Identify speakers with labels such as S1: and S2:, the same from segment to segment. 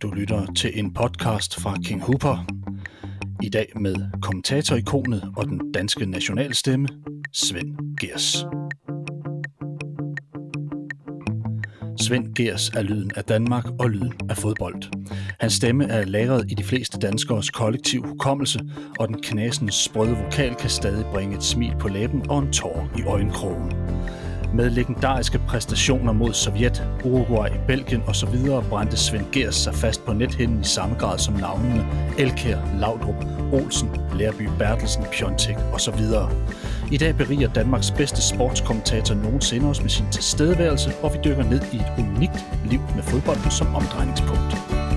S1: Du lytter til en podcast fra King Hooper. I dag med kommentatorikonet og den danske nationalstemme, Svend Gehrs. Svend Gehrs er lyden af Danmark og lyden af fodbold. Hans stemme er lagret i de fleste danskeres kollektiv hukommelse, og den knasende sprøde vokal kan stadig bringe et smil på læben og en tår i øjenkrogen. Med legendariske præstationer mod Sovjet, Uruguay, Belgien osv. brændte Svend Gehrs sig fast på nethinden i samme grad som navnene Elkjær, Laudrup, Olsen, Lerby, Bertelsen, Piontek osv. I dag beriger Danmarks bedste sportskommentator nogensinde os med sin tilstedeværelse, og vi dykker ned i et unikt liv med fodbolden som omdrejningspunkt.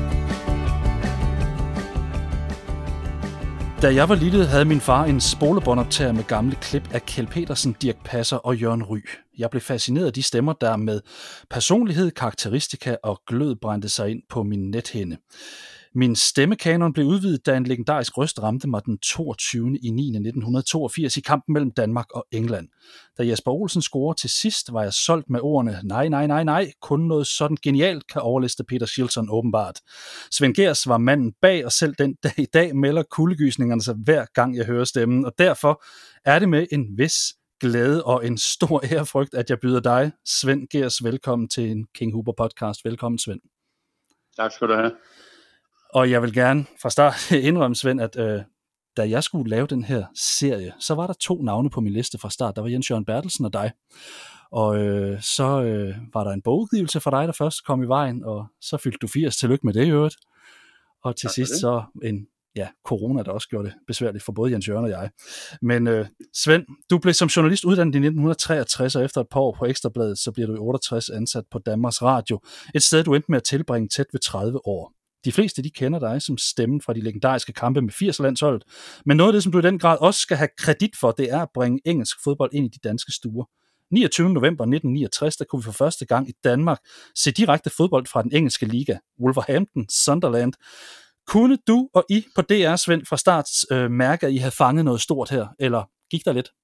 S1: Da jeg var lille, havde min far en spolebåndoptager med gamle klip af Kjeld Petersen, Dirch Passer og Jørgen Ryg. Jeg blev fascineret af de stemmer, der med personlighed, karakteristika og glød brændte sig ind på min nethinde. Min stemmekanon blev udvidet, da en legendarisk røst ramte mig den 22. i 9. 1982 i kampen mellem Danmark og England. Da Jesper Olsen scorede til sidst, var jeg solgt med ordene nej, kun noget sådan genialt kan overliste Peter Shilton åbenbart. Svend Gehrs var manden bag, og selv den dag i dag melder kuldegysningerne sig hver gang jeg hører stemmen, og derfor er det med en vis glæde og en stor ærefrygt, at jeg byder dig, Svend Gehrs, velkommen til en King Hooper podcast. Velkommen, Svend.
S2: Tak skal du have.
S1: Og jeg vil gerne fra start indrømme, Svend, at da jeg skulle lave den her serie, så var der 2 navne på min liste fra start. Der var Jens Jørgen Bertelsen og dig. Og så var der en bogudgivelse for dig, der først kom i vejen, og så fyldte du 80. Tillykke med det i øvrigt. Og til sidst så en corona, der også gjorde det besværligt for både Jens Jørgen og jeg. Men Svend, du blev som journalist uddannet i 1963, og efter et par år på Ekstrabladet, så bliver du i 68 ansat på Danmarks Radio. Et sted, du endte med at tilbringe tæt ved 30 år. De fleste, de kender dig som stemmen fra de legendariske kampe med 80-landsholdet, men noget af det, som du i den grad også skal have kredit for, det er at bringe engelsk fodbold ind i de danske stuer. 29. november 1969, der kunne vi for første gang i Danmark se direkte fodbold fra den engelske liga, Wolverhampton, Sunderland. Kunne du og I på DR, Svend, fra start mærke, at I havde fanget noget stort her, eller gik der lidt?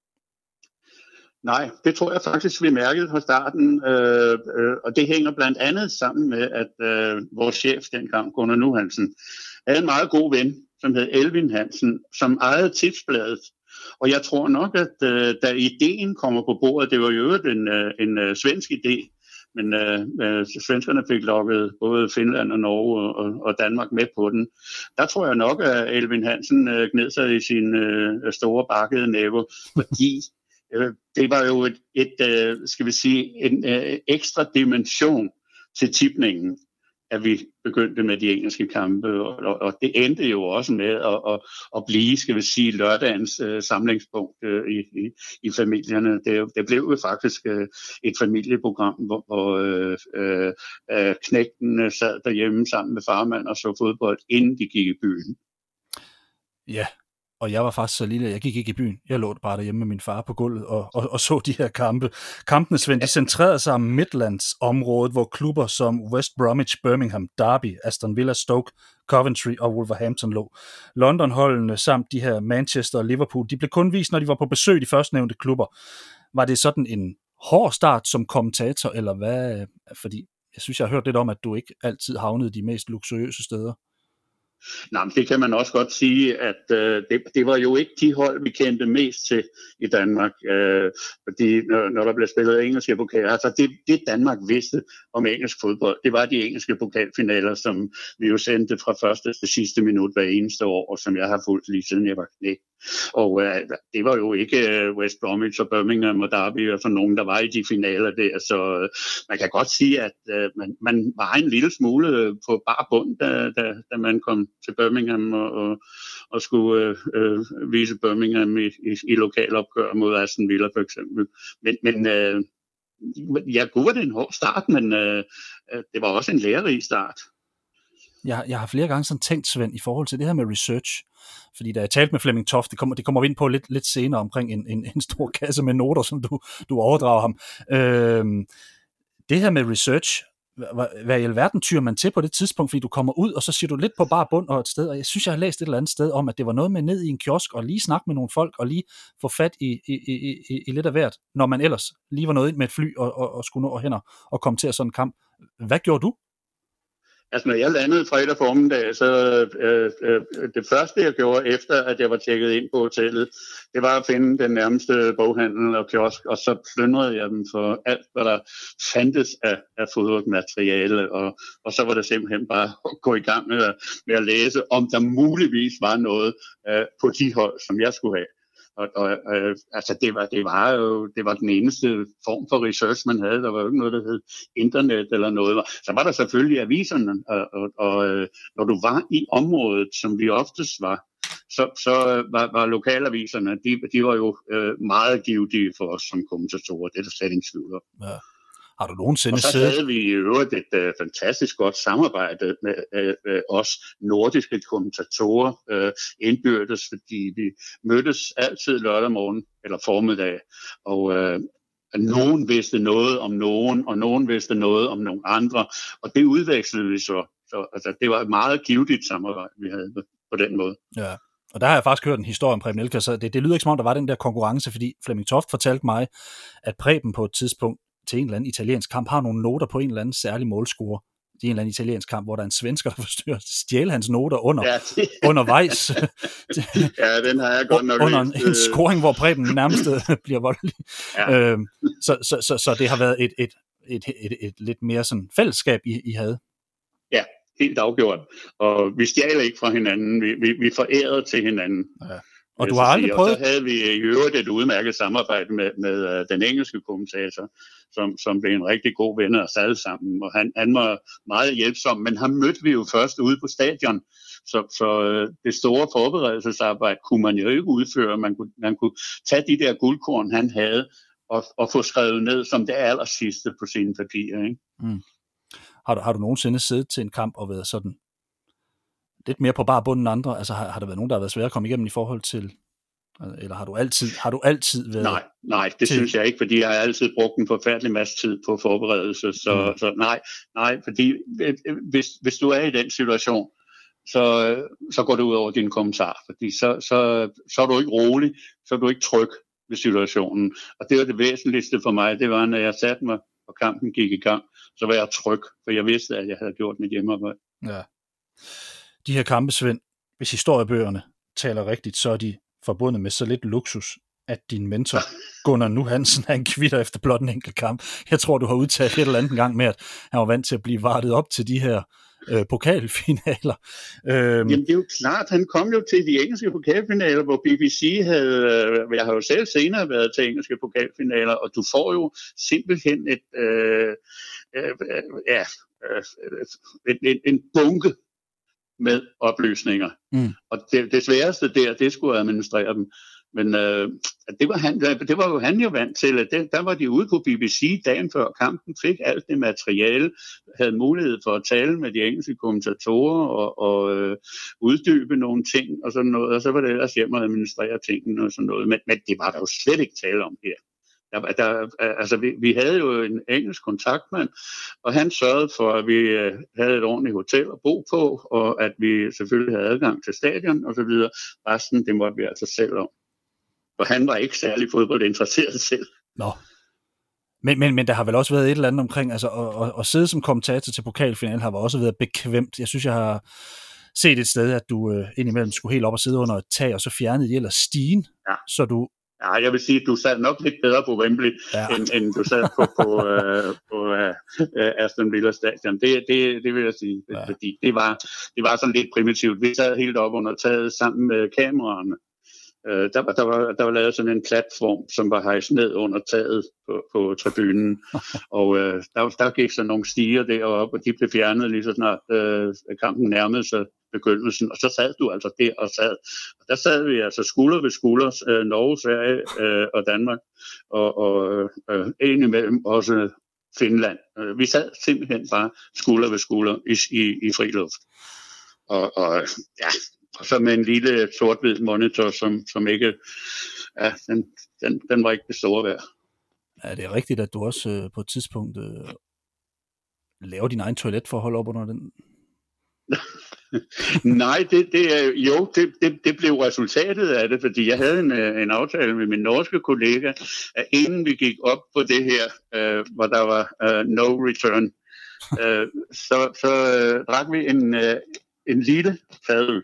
S2: Nej, det tror jeg faktisk, vi mærkede fra starten, og det hænger blandt andet sammen med, at vores chef dengang, Gunnar Nu Hansen, havde en meget god ven, som hed Elvin Hansen, som ejede Tipsbladet. Og jeg tror nok, at da ideen kommer på bordet, det var jo en svensk idé, men svenskerne fik lokket både Finland og Norge og Danmark med på den. Der tror jeg nok, at Elvin Hansen gned sig i sin store bakkede næve, fordi det var jo en ekstra dimension til tipningen, at vi begyndte med de engelske kampe, og det endte jo også med at blive, lørdagens samlingspunkt i familierne. Det blev jo faktisk et familieprogram, hvor knægten sad derhjemme sammen med farmand og så fodbold, inden de gik i byen.
S1: Ja. Og jeg var faktisk så lille, jeg gik ikke i byen. Jeg lå bare derhjemme med min far på gulvet og så de her kampe. Kampene, Svend, de centrerede sig om Midlands-området, hvor klubber som West Bromwich, Birmingham, Derby, Aston Villa, Stoke, Coventry og Wolverhampton lå. London-holdene samt de her Manchester og Liverpool, de blev kun vist, når de var på besøg de førstnævnte klubber. Var det sådan en hård start som kommentator, eller hvad? Fordi jeg synes, jeg har hørt lidt om, at du ikke altid havnede de mest luksuriøse steder.
S2: Nej, men det kan man også godt sige, at det var jo ikke de hold, vi kendte mest til i Danmark, fordi når der blev spillet engelske pokaler, altså det Danmark vidste om engelsk fodbold, det var de engelske pokalfinaler, som vi jo sendte fra første til sidste minut hver eneste år, og som jeg har fulgt lige siden jeg var knægt. Og det var jo ikke West Bromwich og Birmingham og Derby og sådan nogen, der var i de finaler der, så man kan godt sige, at man var en lille smule på bar bund, da man kom til Birmingham og skulle vise Birmingham i lokalopgør mod Aston Villa for eksempel. Men var det en hård start, men det var også en lærerig start.
S1: Jeg har flere gange sådan tænkt, Svend, i forhold til det her med research, fordi da jeg talte med Flemming Toft, det kommer vi ind på lidt senere omkring en stor kasse med noter, som du overdrager ham. Det her med research, hvad i alverden tyrer man til på det tidspunkt, fordi du kommer ud, og så siger du lidt på bar bund og et sted, og jeg synes, jeg har læst et eller andet sted om, at det var noget med ned i en kiosk, og lige snakke med nogle folk, og lige få fat i lidt af hvert, når man ellers lige var noget ind med et fly, og skulle nå hen og komme til sådan en kamp. Hvad gjorde du?
S2: Altså, når jeg landede fredag formiddag, så det første, jeg gjorde efter, at jeg var tjekket ind på hotellet, det var at finde den nærmeste boghandel og kiosk, og så plyndrede jeg dem for alt, hvad der fandtes af fodret materiale, og så var det simpelthen bare at gå i gang med at læse, om der muligvis var noget på de hold, som jeg skulle have. Altså det var den eneste form for research, man havde. Der var jo ikke noget, der hed internet eller noget. Så var der selvfølgelig aviserne, og når du var i området, som vi oftest var, så var lokalaviserne, de var jo meget givtige for os som kommentatorer. Det er der slet ingen tvivl om.
S1: Ja. Har du nogensinde
S2: og så havde vi i øvrigt et fantastisk godt samarbejde med os nordiske kommentatorer indbyrdes, fordi vi mødtes altid lørdag morgen eller formiddag, og nogen vidste noget om nogen, og nogen vidste noget om nogle andre, og det udvekslede vi så altså, det var et meget givetigt samarbejde, vi havde på den måde.
S1: Ja. Og der har jeg faktisk hørt en historie om Preben Elkjær, så det lyder ikke som om, der var den der konkurrence, fordi Flemming Toft fortalte mig, at Preben på et tidspunkt til en eller anden italiensk kamp har nogle noter på en eller anden særlig målscore. Det er en eller anden italiensk kamp, hvor der er en svensker, der forsøger at stjæle hans noter undervejs.
S2: Ja, den har jeg godt nok
S1: under en scoring, hvor Preben nærmest bliver voldelig. Ja. Så det har været et lidt mere sådan fællesskab, I havde.
S2: Ja, helt afgjort. Og vi stjal ikke fra hinanden. Vi forærede til hinanden.
S1: Ja. Og du har aldrig prøvet...
S2: Og så havde vi i øvrigt et udmærket samarbejde med den engelske kommentator, som blev en rigtig god ven af os alle sammen. Og han var meget hjælpsom, men ham mødte vi jo først ude på stadion. Så det store forberedelsesarbejde kunne man jo ikke udføre. Man kunne tage de der guldkorn, han havde, og få skrevet ned som det aller sidste på sine papirer. Ikke?
S1: Mm. Har du nogensinde siddet til en kamp og været sådan lidt mere på bar bund end andre? Altså har der været nogen, der har været svære at komme igennem i forhold til, eller har du altid været...
S2: Nej, det synes jeg ikke, fordi jeg har altid brugt en forfærdelig masse tid på forberedelse, så nej, fordi hvis du er i den situation, så går det ud over din kommentar, fordi så er du ikke rolig, så er du ikke tryg ved situationen, og det var det væsentligste for mig, det var, når jeg satte mig, og kampen gik i gang, så var jeg tryg, for jeg vidste, at jeg havde gjort mit hjemmearbejde.
S1: Ja. De her kampe, Svend, hvis historiebøgerne taler rigtigt, så er de forbundet med så lidt luksus, at din mentor, Gunnar Nu Hansen, er en kvitter efter blot en enkelt kamp. Jeg tror, du har udtalt et eller andet gang med, at han var vant til at blive vartet op til de her pokalfinaler.
S2: Jamen det er jo klart, han kom jo til de engelske pokalfinaler, hvor BBC havde, jeg har jo selv senere været til engelske pokalfinaler, og du får jo simpelthen en bunke med oplysninger. Og det sværeste det skulle administrere dem. Men det var han jo vant til, at der var de ude på BBC dagen før kampen, fik alt det materiale, havde mulighed for at tale med de engelske kommentatorer og uddybe nogle ting og sådan noget, og så var det ellers hjem og administrere tingene og sådan noget. Men det var der jo slet ikke tale om her. Altså, vi havde jo en engelsk kontaktmand, og han sørgede for, at vi havde et ordentligt hotel at bo på, og at vi selvfølgelig havde adgang til stadion og så videre. Resten, det måtte vi altså selv om. For han var ikke særlig fodboldinteresseret selv.
S1: Nå. Men der har vel også været et eller andet omkring, altså at sidde som kommentator til pokalfinalen har også været bekvemt. Jeg synes, jeg har set et sted, at du indimellem skulle helt op og sidde under et tag, og så fjernede de ellers stigen, så du...
S2: Ja, jeg vil sige, at du sad nok lidt bedre på Wembley, end du sad på Aston Villa Stadion. Det vil jeg sige, fordi det var sådan lidt primitivt. Vi sad helt op under taget sammen med kameraerne. Der var lavet sådan en platform, som var hejst ned under taget på tribunen, og der gik så nogle stiger derop, og de blev fjernet lige så snart kampen nærmede sig begyndelsen, og så sad du altså der og sad. Og der sad vi altså skulder ved skulder, Norge, Sverige og Danmark, og indimellem også Finland. Vi sad simpelthen bare skulder ved skulder i fri luft. Og så med en lille sort-hvid monitor, som ikke... Ja, den var ikke det store værd.
S1: Er det rigtigt, at du også på et tidspunkt laver din egen toiletforhold op under den?
S2: Nej, det blev resultatet af det, fordi jeg havde en aftale med min norske kollega, at inden vi gik op på det her, hvor der var no return, så drak vi en lille fadøl.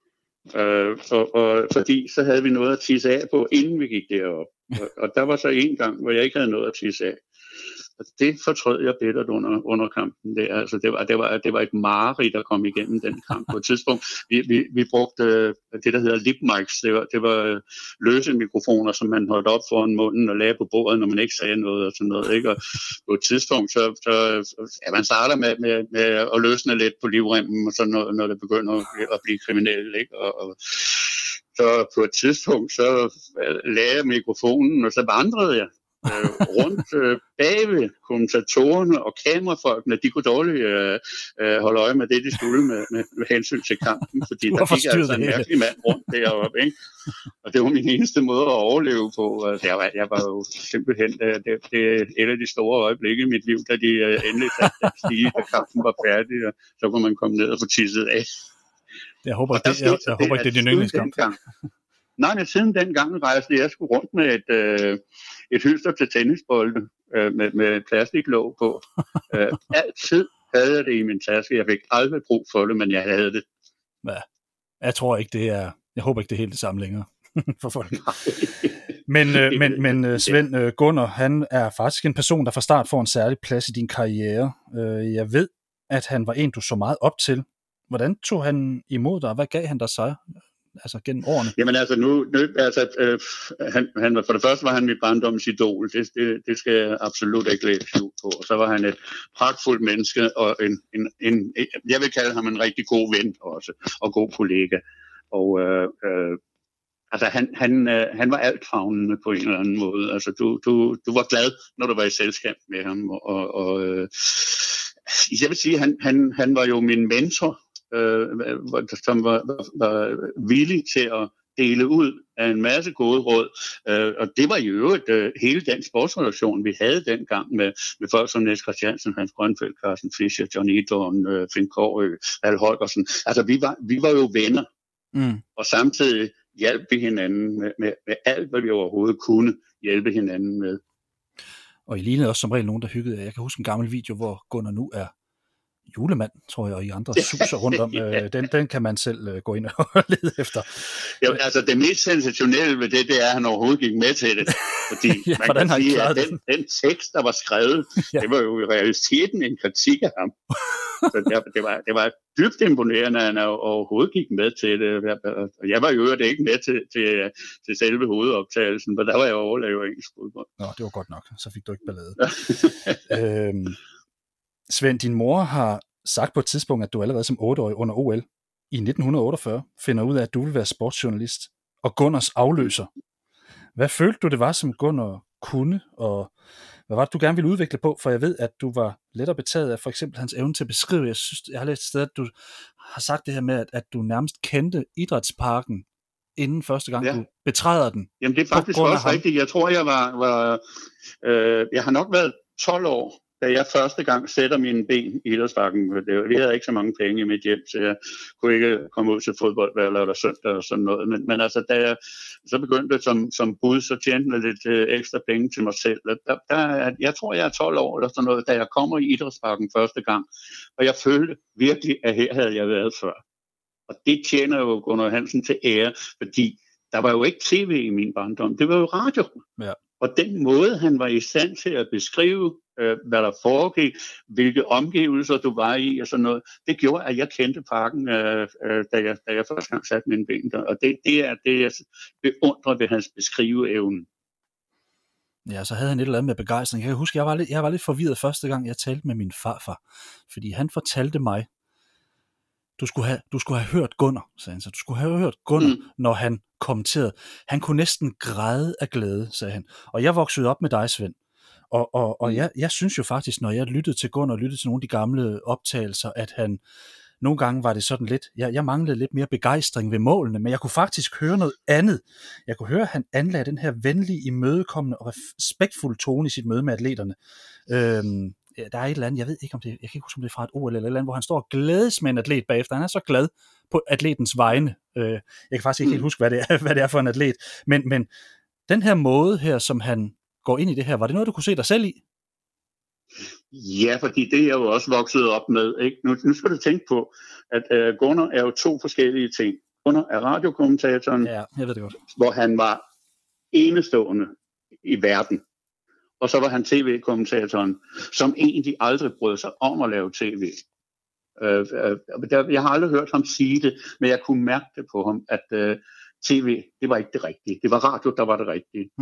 S2: Og fordi så havde vi noget at tisse af på, inden vi gik derop. Og der var så en gang, hvor jeg ikke havde noget at tisse af. Og det fortrød jeg bittert under kampen. Det var et mareridt, der kom igennem den kamp. På et tidspunkt, vi brugte det, der hedder lip mics. Det var løse mikrofoner, som man holdt op foran munden og lagde på bordet, når man ikke sagde noget og sådan noget. Ikke? Og på et tidspunkt, så man starter med at løsne lidt på livremmen, og så når det begynder at blive kriminelt. Ikke? Og så på et tidspunkt, så lagde jeg mikrofonen, og så vandrede jeg rundt bagved kommentatorerne og kamerafolkene. De kunne dårligt holde øje med det, de skulle med hensyn til kampen, fordi der gik altså en mærkelig mand rundt deroppe, ikke? Og det var min eneste måde at overleve på. Jeg var jo simpelthen det er et af de store øjeblikke i mit liv, da de endelig satte den stige, da kampen var færdig, og så kunne man komme ned og få tisset af.
S1: Jeg håber ikke, det er din yndlingskamp.
S2: Nej, men siden dengang rejste jeg sgu rundt med et hylster til tennisbolde med plastiklåg på. Altid havde jeg det i min taske. Jeg fik aldrig brug for det, men jeg havde det.
S1: Ja, jeg håber ikke, det er helt det samme længere for folk. Men Svend, Gunnar, han er faktisk en person, der fra start får en særlig plads i din karriere. Jeg ved, at han var en, du så meget op til. Hvordan tog han imod dig, og hvad gav han dig sig? Altså gennem årene? Jamen altså han var, for det første var han mit barndoms idol. Det skal jeg absolut ikke lægge skjul på. Og så var han et pragtfuldt menneske og jeg vil kalde ham en rigtig god ven også, og god kollega. Og altså han var altfavnende på en eller anden måde. Altså du var glad, når du var i selskab med ham. Og jeg vil sige, han var jo min mentor, som var villig til at dele ud af en masse gode råd. Og det var jo hele den sportsredaktion, vi havde dengang med folk som Niels Christiansen, Hans Grønfeldt, Carsten Fischer, John Idorn, Finn Kårø, Al Holgersen. Altså vi var jo venner. Og samtidig hjalp vi hinanden med alt, hvad vi overhovedet kunne hjælpe hinanden med. Og I lignede også som regel nogen, der hyggede. Jeg kan huske en gammel video, hvor Gunnar nu er julemand, tror jeg, og I andre suser rundt om. Den kan man selv gå ind og lede efter.
S2: Jo, altså det mest sensationelle ved det er, at han overhovedet gik med til det. Fordi man kan sige, at den tekst, der var skrevet, det var jo i realiteten en kritik af ham. Så det var dybt imponerende, at han overhovedet gik med til det. Jeg var jo ikke med til selve hovedoptagelsen, for der var jeg overlevet engelsk fodbold.
S1: Nå, det var godt nok. Så fik du ikke ballade. Svend, din mor har sagt på et tidspunkt, at du allerede som 8-årig under OL i 1948 finder ud af, at du vil være sportsjournalist og Gunnars afløser. Hvad følte du, det var, som Gunnar kunne, og hvad var det, du gerne ville udvikle på? For jeg ved, at du var lettere betaget af for eksempel hans evne til at beskrive. Jeg har læst et sted, at du har sagt det her med, at du nærmest kendte idrætsparken inden første gang, du betræder den.
S2: Jamen det er faktisk også rigtigt. Jeg tror, jeg har nok været 12 år, da jeg første gang sætter mine ben i idrætsparken. Vi havde ikke så mange penge i mit hjem, så jeg kunne ikke komme ud til fodbold hver lørdag og søndag og sådan noget. Men altså, da jeg så begyndte som bud, så tjente jeg lidt ekstra penge til mig selv. Jeg tror, jeg er 12 år eller sådan noget, da jeg kommer i idrætsparken første gang. Og jeg følte virkelig, at her havde jeg været før. Og det tjener jo Gunnar Hansen til ære, fordi der var jo ikke tv i min barndom. Det var jo radio. Ja. Og den måde, han var i stand til at beskrive, hvad der foregik, hvilke omgivelser du var i og sådan noget, det gjorde, at jeg kendte parken, da jeg første gang satte mine ben der. Og det er det, jeg beundrer ved hans beskriveevne.
S1: Ja, så havde han et eller andet med begejstring. Jeg kan huske, jeg var lidt forvirret første gang, jeg talte med min farfar, fordi han fortalte mig, du skulle have hørt Gunnar, sagde han så. Du skulle have hørt Gunnar, når han kommenterede. Han kunne næsten græde af glæde, sagde han. Og jeg voksede op med dig, Svend. Og jeg synes jo faktisk, når jeg lyttede til Gunnar og lyttede til nogle af de gamle optagelser, at han nogle gange var det sådan lidt, jeg manglede lidt mere begejstring ved målene, men jeg kunne faktisk høre noget andet. Jeg kunne høre, at han anlagde den her venlige, imødekommende og respektfulde tone i sit møde med atleterne. Der er et eller andet, jeg ved ikke om det, jeg kan ikke huske om det er fra et OL eller et eller andet, hvor han står og glædes med en atlet bagefter. Han er så glad på atletens vegne. Jeg kan faktisk ikke helt huske, hvad det er for en atlet. Men den her måde her, som han går ind i det her, var det noget, du kunne se dig selv i?
S2: Ja, fordi det er jeg jo også vokset op med. Ikke? Nu skal du tænke på, at Gunnar er jo to forskellige ting. Gunnar er radiokommentatoren,
S1: Ja, jeg ved det godt.
S2: hvor han var enestående i verden. Og så var han tv-kommentatoren, som egentlig aldrig brød sig om at lave tv. Jeg har aldrig hørt ham sige det, men jeg kunne mærke det på ham, at tv, det var ikke det rigtige. Det var radio, der var det rigtige.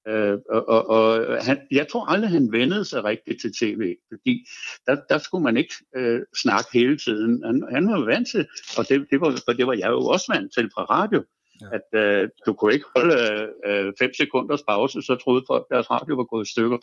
S2: Jeg tror aldrig, han vendede sig rigtigt til tv, fordi der skulle man ikke snakke hele tiden. Han var vant til, og det var jeg jo også vant til fra radio, at du kunne ikke holde 5 sekunders pause, så troede folk, at deres radio var gået i stykker.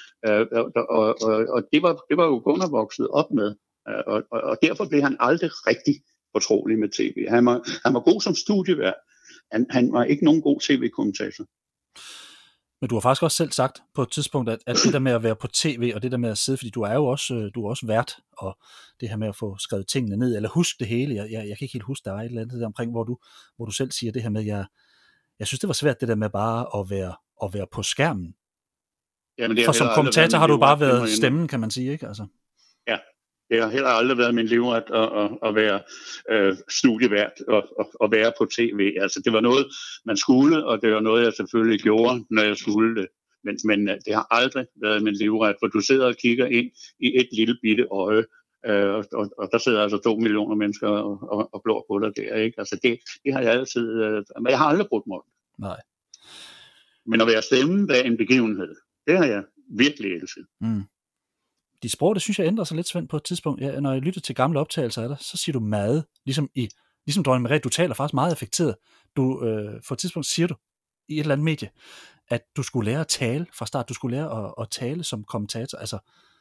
S2: Og det var jo Gunnar vokset op med, og derfor blev han aldrig rigtig fortrolig med tv. Han var god som studievært. Han var ikke nogen god tv-kommentator.
S1: Men du har faktisk også selv sagt på et tidspunkt, at det der med at være på tv, og det der med at sidde, fordi du er jo også vært, og det her med at få skrevet tingene ned, eller huske det hele, jeg kan ikke helt huske, der er et eller andet der omkring, hvor du selv siger det her med, jeg synes, det var svært det der med bare at være på skærmen.
S2: Jamen,
S1: for som kommentator har du bare været stemmen, kan man sige, ikke? Altså.
S2: Ja, det har heller aldrig været min livret at være studievært og være på tv. Altså, det var noget, man skulle, og det var noget, jeg selvfølgelig gjorde, når jeg skulle det. Men det har aldrig været min livret, for du sidder og kigger ind i et lille bitte øje, og der sidder altså 2 millioner mennesker og glor på dig der, ikke? Altså, det har jeg altid... men jeg har aldrig brugt mig.
S1: Nej.
S2: Men at være stemme bag en begivenhed, det har jeg virkelig elsket.
S1: Dit sprog, det synes jeg ændrer sig lidt, Svend, på et tidspunkt. Ja, når jeg lytter til gamle optagelser af dig, så siger du mad, ligesom Dronning Margrethe, du taler faktisk meget affekteret. For et tidspunkt siger du i et eller andet medie, at du skulle lære at tale fra start, du skulle lære at tale som kommentator. Altså,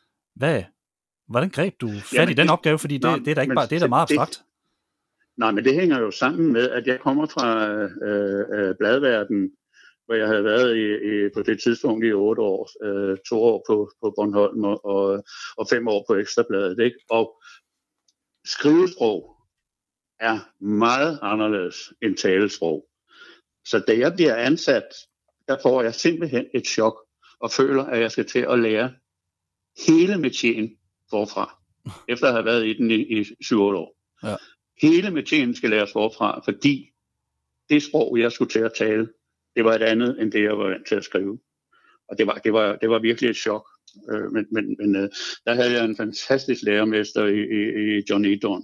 S1: hvordan greb du fat i den opgave? Fordi det er da ikke bare, det er da meget abstrakt.
S2: Nej, men det hænger jo sammen med, at jeg kommer fra bladverdenen, hvor jeg havde været på det tidspunkt i 8 år, 2 år på Bornholm og 5 år på Ekstrabladet, ikke? Og skrivesprog er meget anderledes end talesprog. Så da jeg bliver ansat, der får jeg simpelthen et chok og føler, at jeg skal til at lære hele metien forfra, efter at have været i den i 7-8 år. Ja. Hele metien skal læres forfra, fordi det sprog, jeg skulle til at tale, det var et andet, end det, jeg var vant til at skrive. Og det var virkelig et chok. Men der havde jeg en fantastisk lærermester i John Edorn.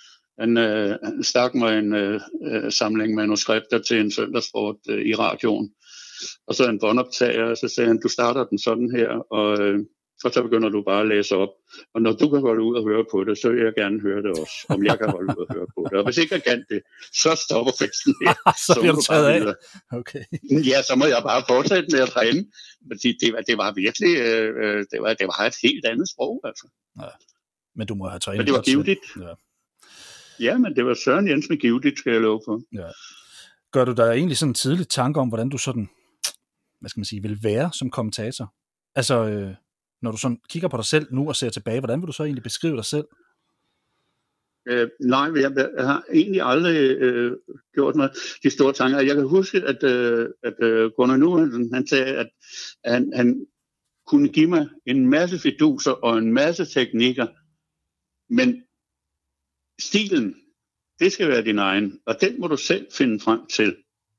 S2: Han stak mig en samling manuskripter til en søndagssport i radioen. Og så en båndoptager, og så sagde han, du starter den sådan her, og så begynder du bare at læse op. Og når du kan holde ud og høre på det, så vil jeg gerne høre det også, om jeg kan holde ud og høre på det. Og hvis ikke jeg kan det, så stopper festen her.
S1: Så bliver du taget af? Okay.
S2: Ja, så må jeg bare fortsætte med at træne. Fordi det var virkelig, det var et helt andet sprog, altså.
S1: Ja. Men du må have trænet.
S2: Men det var givetigt. Ja, men det var Søren Jensen givetigt, skal jeg love på. Ja.
S1: Gør du dig egentlig sådan en tidlig tanke om, hvordan du sådan, hvad skal man sige, vil være som kommentator? Altså, når du sådan kigger på dig selv nu og ser tilbage, hvordan vil du så egentlig beskrive dig selv?
S2: Nej, jeg har egentlig aldrig gjort mig de store tanker. Jeg kan huske, at Gunnar Nu, han sagde, at han kunne give mig en masse fiduser og en masse teknikker, men stilen, det skal være din egen, og den må du selv finde frem til.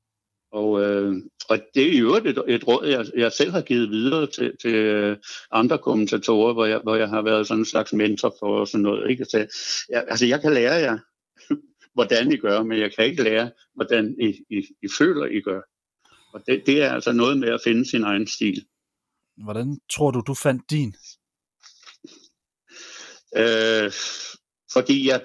S2: Og det er jo et råd, jeg selv har givet videre til andre kommentatorer, hvor jeg har været sådan en slags mentor for og sådan noget. Ikke? Så jeg kan lære jer, hvordan I gør, men jeg kan ikke lære, hvordan I føler, I gør. Og det er altså noget med at finde sin egen stil.
S1: Hvordan tror du fandt din?
S2: Fordi jeg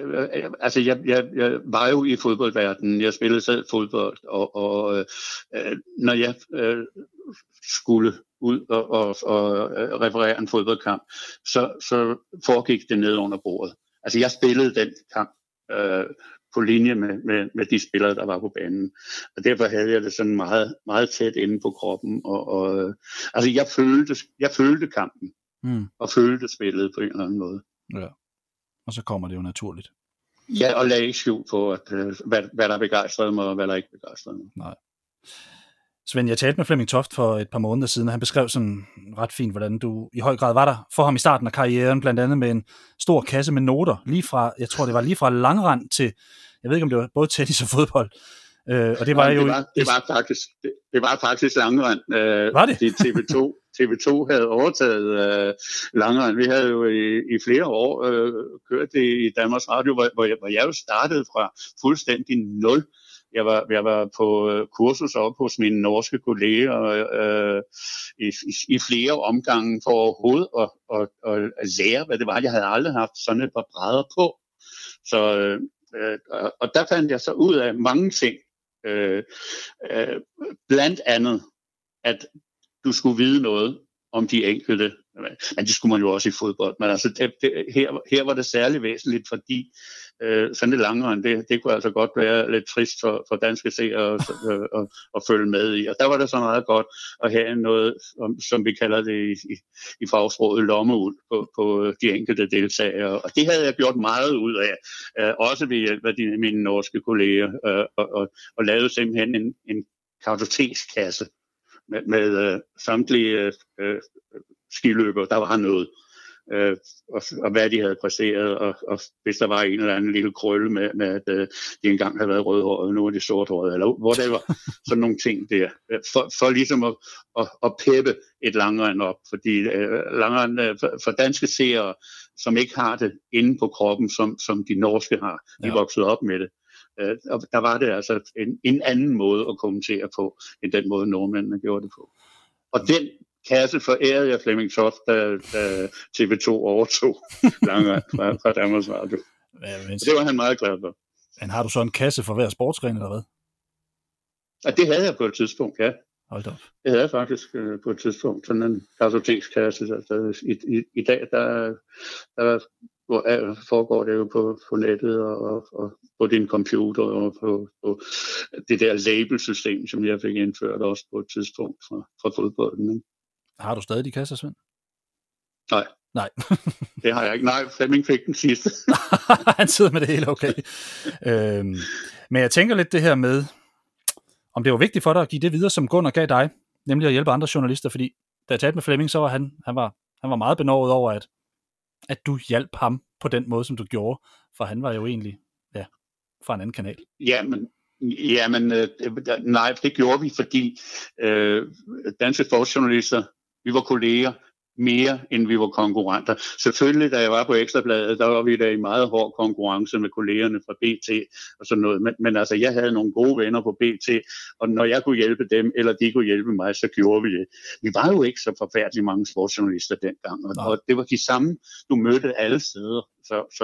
S2: var jo i fodboldverdenen. Jeg spillede selv fodbold, og når jeg skulle ud og referere en fodboldkamp, så foregik det ned under bordet. Altså jeg spillede den kamp på linje med de spillere, der var på banen. Og derfor havde jeg det sådan meget, meget tæt inde på kroppen. Altså jeg følte kampen, og følte spillet på en eller anden måde.
S1: Ja. Og så kommer det jo naturligt.
S2: Ja, og lagde ikke skjul på, hvad der begejstrede mig, og hvad der ikke begejstrede mig.
S1: Nej. Svend, jeg talte med Flemming Toft for et par måneder siden, og han beskrev sådan ret fint, hvordan du i høj grad var der for ham i starten af karrieren, blandt andet med en stor kasse med noter, lige fra, jeg tror det var lige fra langrend til, jeg ved ikke om det var både tennis og fodbold. Og det var jo...
S2: Det var faktisk langrend.
S1: Var det?
S2: TV2 havde overtaget langrend. Vi havde jo i flere år kørt det i Danmarks Radio, hvor jeg jo startede fra fuldstændig nul. Jeg var på kursus op hos mine norske kolleger i flere omgange for overhovedet at lære, hvad det var. Jeg havde aldrig haft sådan et par brædder på. Så, og der fandt jeg så ud af mange ting. Blandt andet, at du skulle vide noget om de enkelte. Men det skulle man jo også i fodbold. Men altså, her var det særlig væsentligt, fordi sådan et langrend, det kunne altså godt være lidt trist for danske seere at følge med i. Og der var det så meget godt at have noget, som vi kalder det i fagsproget, lommeuld på de enkelte deltagere. Og det havde jeg gjort meget ud af, også ved hjælp af mine norske kolleger, og lavede simpelthen en kartotekskasse med samtlige skiløbere, der var noget, og hvad de havde præsteret, og hvis der var en eller anden lille krølle med at de engang havde været rødhåret, og nu er de sorthåret, eller hvor det var, sådan nogle ting der, for ligesom at peppe et langrend op, fordi langrend for danske seere, som ikke har det inde på kroppen, som de norske har, de voksede op med det. Og der var det altså en anden måde at kommentere på, end den måde nordmændene gjorde det på. Og den kasse forærede jeg Flemming Toft, da TV2 overtog langrend fra Danmarks Radio. Det var han meget glad for.
S1: Men har du så en kasse for hver sportsgren, eller hvad?
S2: Ja, det havde jeg på et tidspunkt, ja.
S1: Hold op.
S2: Det havde jeg faktisk på et tidspunkt, sådan en kartotekskasse. I dag, der foregår det jo på nettet og på din computer og på det der labelsystem, som jeg fik indført også på et tidspunkt fra fodbolden. Ikke?
S1: Har du stadig de kasser, Svend?
S2: Nej. Det har jeg ikke. Nej, Flemming fik den sidste.
S1: Han sidder med det hele, okay. Men jeg tænker lidt det her med, om det var vigtigt for dig at give det videre, som Gunnar gav dig, nemlig at hjælpe andre journalister, fordi da jeg talte med Flemming, så var han var meget benovet over, at du hjalp ham på den måde, som du gjorde, for han var jo egentlig fra en anden kanal.
S2: Jamen, nej, det gjorde vi, fordi danske sportsjournalister, vi var kolleger, mere end vi var konkurrenter. Selvfølgelig, da jeg var på Ekstrabladet, der var vi da i meget hård konkurrence med kollegerne fra BT og sådan noget. Men altså, jeg havde nogle gode venner på BT, og når jeg kunne hjælpe dem, eller de kunne hjælpe mig, så gjorde vi det. Vi var jo ikke så forfærdeligt mange sportsjournalister dengang, og det var de samme, du mødte alle steder. Så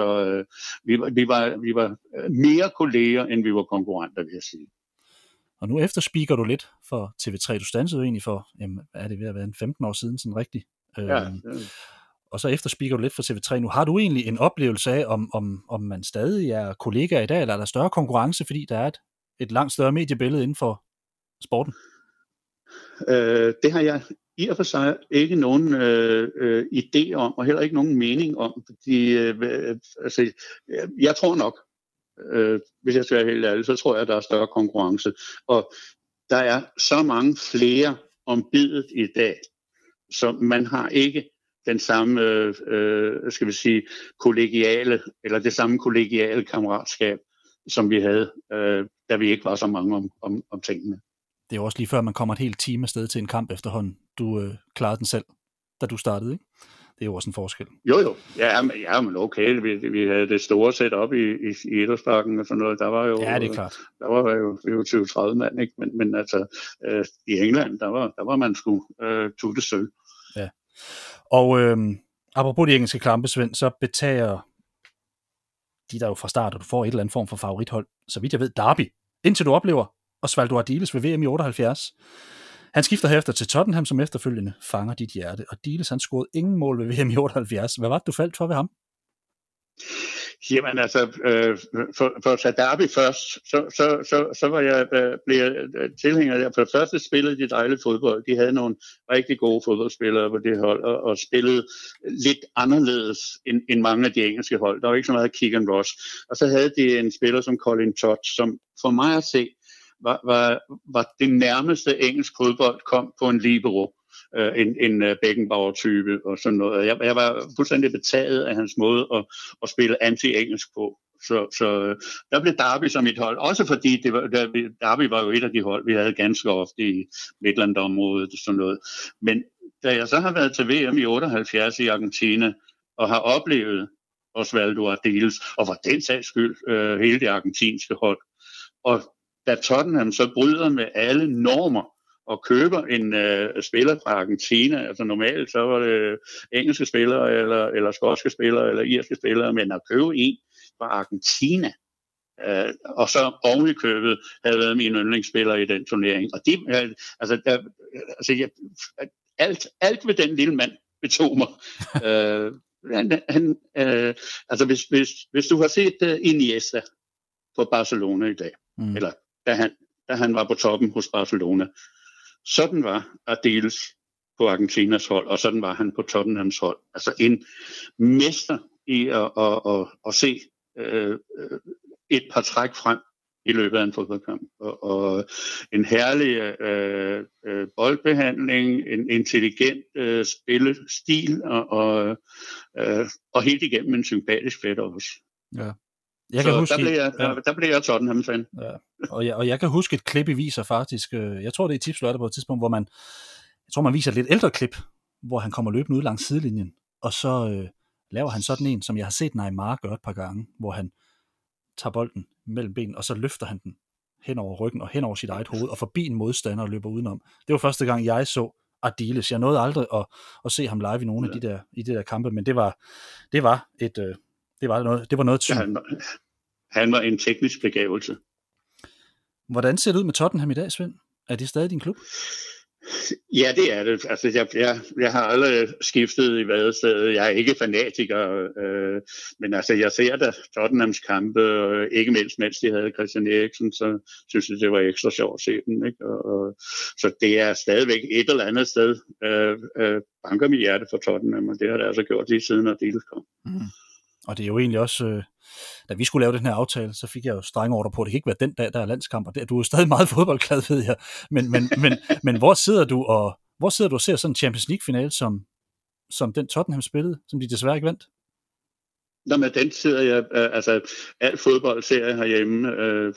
S2: vi var mere kolleger, end vi var konkurrenter, vil jeg sige.
S1: Og nu efterspeaker du lidt for TV3. Du standsede jo egentlig for, er det ved at være 15 år siden, sådan rigtigt?
S2: Ja.
S1: Og så efterspeaker du lidt for TV3. Nu har du egentlig en oplevelse af, om man stadig er kollegaer i dag, eller er der større konkurrence, fordi der er et langt større mediebillede inden for sporten?
S2: Det har jeg i og for sig ikke nogen idé om, og heller ikke nogen mening om, fordi jeg tror nok, hvis jeg skal være helt ærlig, så tror jeg, at der er større konkurrence. Og der er så mange flere om bidet i dag, så man har ikke den samme, skal vi sige, kollegiale, eller det samme kollegiale kammeratskab, som vi havde, da vi ikke var så mange om tingene.
S1: Det er jo også lige før, man kommer et helt time afsted til en kamp efterhånden. Du klarede den selv, da du startede, ikke? Det er jo også en forskel.
S2: Jo. Ja, men okay. Vi havde det store setup i Idrætsparken og sådan noget. Der var jo,
S1: ja, det er klart.
S2: Der var jo 20-30 mand, ikke? Men altså, i England, der var man sgu tutte sølv.
S1: Ja. Og apropos de engelske kampe, Svend, så betager de der jo fra start, og du får et eller andet form for favorithold. Så vidt jeg ved, Derby. Indtil du oplever Osvaldo Ardiles ved VM i 78. Han skifter herefter til Tottenham, som efterfølgende fanger dit hjerte. Og Ardiles, han scorede ingen mål ved VM i 78. Hvad var det, du faldt for ved ham?
S2: Jamen altså, for at tage Derby først, så var jeg blevet tilhænger der. For det første spillede de dejlige fodbold. De havde nogle rigtig gode fodboldspillere på det hold, og spillede lidt anderledes end mange af de engelske hold. Der var ikke så meget kick and rush. Og så havde de en spiller som Colin Todd, som for mig at se, var det nærmeste engelsk fodbold kom på en libero, en Beckenbauer-type og sådan noget. Jeg var fuldstændig betaget af hans måde at spille anti-engelsk på. Så der blev Derby som et hold, også fordi Derby var jo et af de hold, vi havde ganske ofte i Midtland-området og sådan noget. Men da jeg så har været til VM i 78 i Argentina, og har oplevet Osvaldo Ardiles, og for den sags skyld hele det argentinske hold, og da Tottenham så bryder med alle normer, og køber en spiller fra Argentina, altså normalt så var det engelske spillere, eller skotske spillere, eller irske spillere, men at købe en fra Argentina, og så oven i købet havde været min yndlingsspiller i den turnering. Og alt ved den lille mand betog mig. Hvis du har set Iniesta på Barcelona i dag, eller da han var på toppen hos Barcelona, sådan var Ardiles på Argentinas hold, og sådan var han på Tottenhams hold. Altså en mester i at se et par træk frem i løbet af en fodboldkamp. Og en herlig boldbehandling, en intelligent spillestil, og helt igennem en sympatisk fætter også. Ja. Der blev jeg Tottenham-fan.
S1: Ja. Og jeg kan huske et klip i viser faktisk, jeg tror det er i Tipslørdag på et tidspunkt, hvor man viser et lidt ældre klip, hvor han kommer løbende ud langs sidelinjen, og så laver han sådan en, som jeg har set Neymar gøre et par gange, hvor han tager bolden mellem benene, og så løfter han den hen over ryggen og hen over sit eget hoved, og forbi en modstander og løber udenom. Det var første gang, jeg så Ardiles. Jeg nåede aldrig at se ham live i nogle af de der kampe, men det var noget tydeligt.
S2: Ja, han var en teknisk begævelse.
S1: Hvordan ser det ud med Tottenham i dag, Svend? Er det stadig din klub?
S2: Ja, det er det. Altså, jeg har aldrig skiftet i vadestedet. Jeg er ikke fanatiker, men altså, jeg ser da Tottenhams kampe, ikke mindst mens de havde Christian Eriksen, så synes jeg, det var ekstra sjovt at se den. Ikke? Så det er stadigvæk et eller andet sted, banker mit hjerte for Tottenham, og det har det altså gjort lige siden Ardiles kom.
S1: Mm. Og det er jo egentlig også, da vi skulle lave den her aftale, så fik jeg jo strenge ordre på, at det kan ikke være den dag, der er landskamp, og du er stadig meget fodboldglad, ved jeg. Men hvor sidder du og ser sådan en Champions League-finale, som den Tottenham spillede, som de desværre ikke vandt?
S2: Nå, men den sidder jeg, alt fodbold ser jeg herhjemme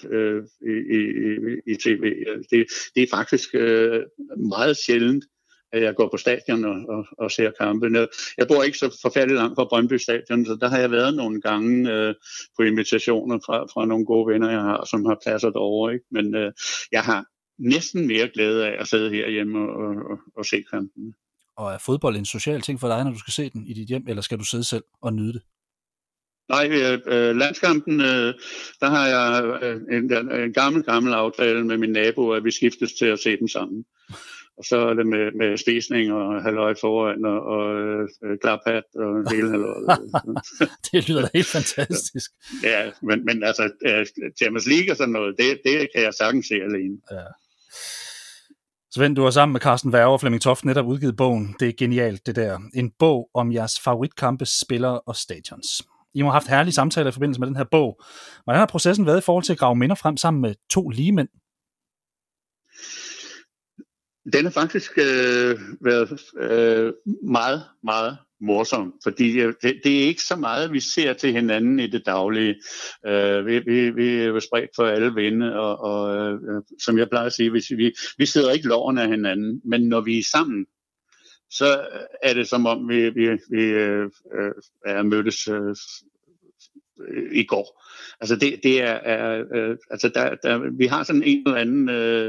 S2: i tv. Det er faktisk meget sjældent, at jeg går på stadion og ser kampe. Jeg bor ikke så forfærdeligt langt fra Brøndby Stadion, så der har jeg været nogle gange på invitationer fra nogle gode venner, jeg har, som har pladser derovre. Ikke? Men jeg har næsten mere glæde af at sidde herhjemme og se kampen.
S1: Og er fodbold en social ting for dig, når du skal se den i dit hjem, eller skal du sidde selv og nyde det?
S2: Nej, landskampen, der har jeg en gammel aftale med min nabo, at vi skiftes til at se den sammen. Og så er det med spisning og halløj foran og klaphat og hele halløj.
S1: Det lyder da helt fantastisk.
S2: Ja, men altså Champions League og sådan noget, det kan jeg sagtens se alene. Ja.
S1: Svend, du har sammen med Carsten Werge og Flemming Toft netop udgivet bogen. Det er genialt, det der. En bog om jeres favoritkampe, spillere og stadions. I må have haft herlige samtaler i forbindelse med den her bog. Hvordan har processen været i forhold til at grave minder frem sammen med to ligemænd?
S2: Den har faktisk været meget, meget morsom, fordi det er ikke så meget, vi ser til hinanden i det daglige. Vi er jo spredt for alle vinde, og som jeg plejer at sige, vi sidder ikke loven af hinanden, men når vi er sammen, så er det som om, vi er mødtes i går. Altså det er altså vi har sådan en eller anden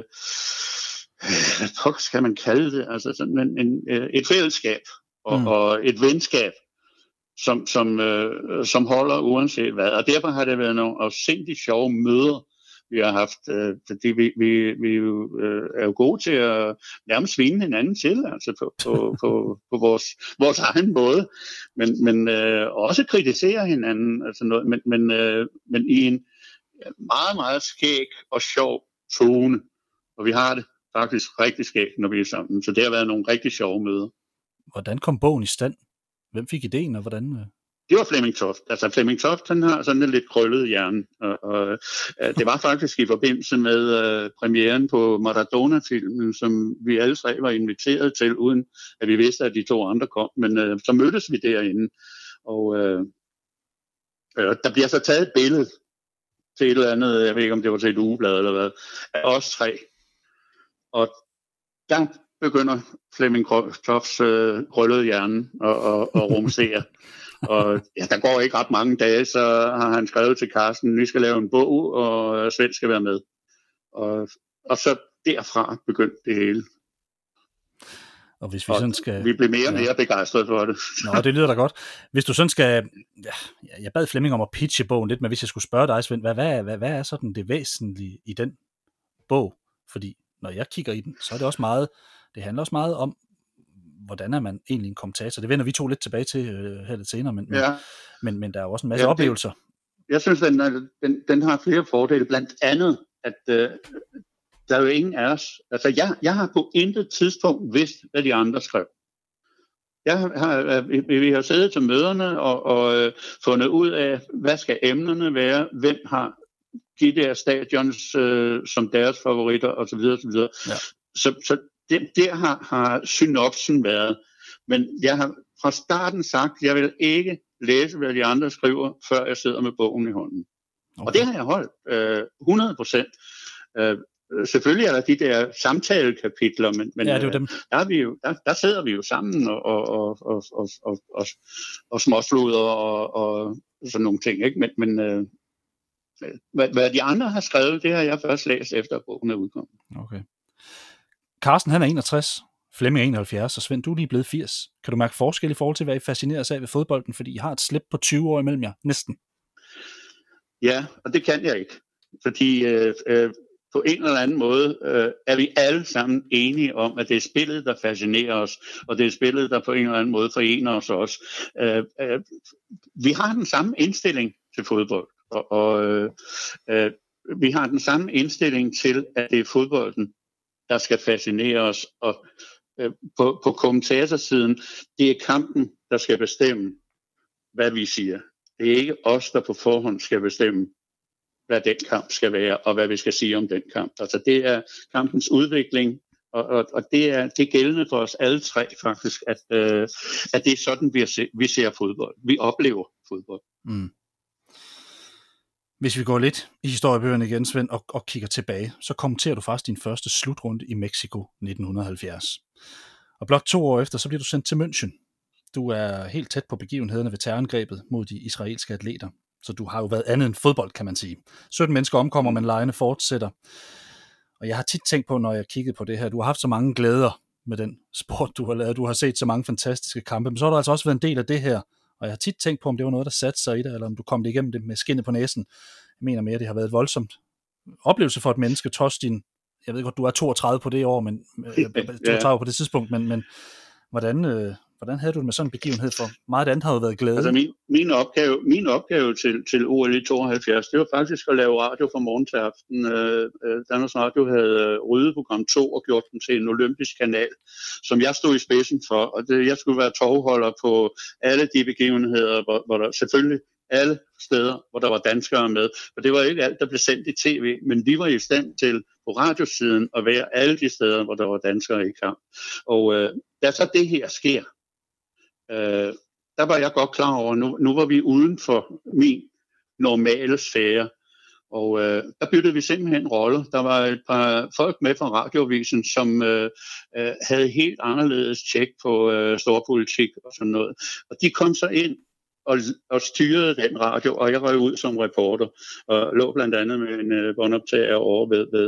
S2: hvad skal man kalde det? Altså sådan et fællesskab og et venskab, som holder uanset hvad. Og derfor har det været nogle afsindigt sjove møder, vi har haft, fordi vi er jo gode til at nærmest svine hinanden til, altså på vores egen måde, men også kritisere hinanden, altså noget, men i en meget, meget skæg og sjov tone, og vi har det faktisk rigtig skægt, når vi er sammen, så det har været nogle rigtig sjove møder.
S1: Hvordan kom bogen i stand? Hvem fik ideen, og hvordan?
S2: det var Flemming Toft. Altså Flemming Toft, han har sådan en lidt krøllet hjerne, og det var faktisk i forbindelse med premieren på Maradona-filmen, som vi alle tre var inviteret til, uden at vi vidste, at de to andre kom, men så mødtes vi derinde, og der bliver så taget et billede til et eller andet, jeg ved ikke, om det var til et ugeblad eller hvad, af os tre, og der begynder Flemming Tofts krøllede hjerne og rumstere. Og ja, der går ikke ret mange dage, så har han skrevet til Carsten, vi skal lave en bog, og Svend skal være med. Og så derfra begyndte det hele.
S1: Og hvis vi sådan skal...
S2: Vi blev mere og mere begejstrede for det.
S1: Nå, det lyder da godt. Hvis du sådan skal... Ja, jeg bad Flemming om at pitche bogen lidt, men hvis jeg skulle spørge dig, Svend, hvad er sådan det væsentlige i den bog? Fordi når jeg kigger i den, så er det også meget... Det handler også meget om, hvordan er man egentlig en kommentator. Det vender vi to lidt tilbage til her lidt senere, men der er jo også en masse oplevelser.
S2: Jeg synes, den har flere fordele. Blandt andet, at der er jo ingen af os... Altså, jeg har på intet tidspunkt vidst, hvad de andre skrev. Vi har siddet til møderne og fundet ud af, hvad skal emnerne være, hvem har de der stadions som deres favoritter, osv. Ja. Så der har synopsen været. Men jeg har fra starten sagt, at jeg vil ikke læse, hvad de andre skriver, før jeg sidder med bogen i hånden. Okay. Og det har jeg holdt 100%. Selvfølgelig er der de der samtalekapitler, men
S1: ja, det er dem.
S2: Der sidder vi jo sammen og småsluder og sådan nogle ting. Ikke? Men hvad de andre har skrevet, det har jeg først læst efter bogen er udkommet.
S1: Okay. Carsten, han er 61, Flemming er 71, og Svend, du er lige blevet 80. Kan du mærke forskel i forhold til, hvad I fascineres af ved fodbolden, fordi I har et slip på 20 år imellem jer, næsten?
S2: Ja, og det kan jeg ikke, fordi på en eller anden måde er vi alle sammen enige om, at det er spillet, der fascinerer os, og det er spillet, der på en eller anden måde forener os også. Vi har den samme indstilling til fodbold, og vi har den samme indstilling til, at det er fodbolden, der skal fascinere os, og på kommentatorsiden, det er kampen, der skal bestemme, hvad vi siger. Det er ikke os, der på forhånd skal bestemme, hvad den kamp skal være, og hvad vi skal sige om den kamp. Altså det er kampens udvikling, og det er gældende for os alle tre faktisk, at det er sådan, vi ser fodbold. Vi oplever fodbold. Mm.
S1: Hvis vi går lidt i historiebøgerne igen, Svend, og kigger tilbage, så kommenterer du faktisk din første slutrunde i Mexico 1970. Og blot 2 år efter, så bliver du sendt til München. Du er helt tæt på begivenhederne ved terrorangrebet mod de israelske atleter. Så du har jo været andet end fodbold, kan man sige. 17 mennesker omkommer, men legene fortsætter. Og jeg har tit tænkt på, når jeg kiggede på det her, du har haft så mange glæder med den sport, du har lavet. Du har set så mange fantastiske kampe, men så har du altså også været en del af det her. Og jeg har tit tænkt på, om det var noget, der satte sig i dig, eller om du kom det igennem det med skinnet på næsen. Jeg mener mere, at det har været et voldsomt oplevelse for et menneske, trods din, jeg ved godt, du er 32 på det år, men 32 på det tidspunkt, men hvordan havde du det med sådan en begivenhed, for meget andet har jo været glæde?
S2: Altså min opgave til OL i 72, det var faktisk at lave radio fra morgen til aften. Danmarks Radio havde ryddet program 2 og gjort den til en olympisk kanal, som jeg stod i spidsen for, og jeg skulle være tovholder på alle de begivenheder, hvor der selvfølgelig alle steder, hvor der var danskere med. Og det var ikke alt, der blev sendt i tv, men vi var i stand til på radiosiden at være alle de steder, hvor der var danskere i kamp. Og da så det her sker, der var jeg godt klar over, nu var vi uden for min normale sfære, og der byttede vi simpelthen roller. Der var et par folk med fra Radioavisen, som havde helt anderledes tjek på storpolitik og sådan noget. Og de kom så ind og styrede den radio, og jeg røg ud som reporter, og lå blandt andet med en båndoptager over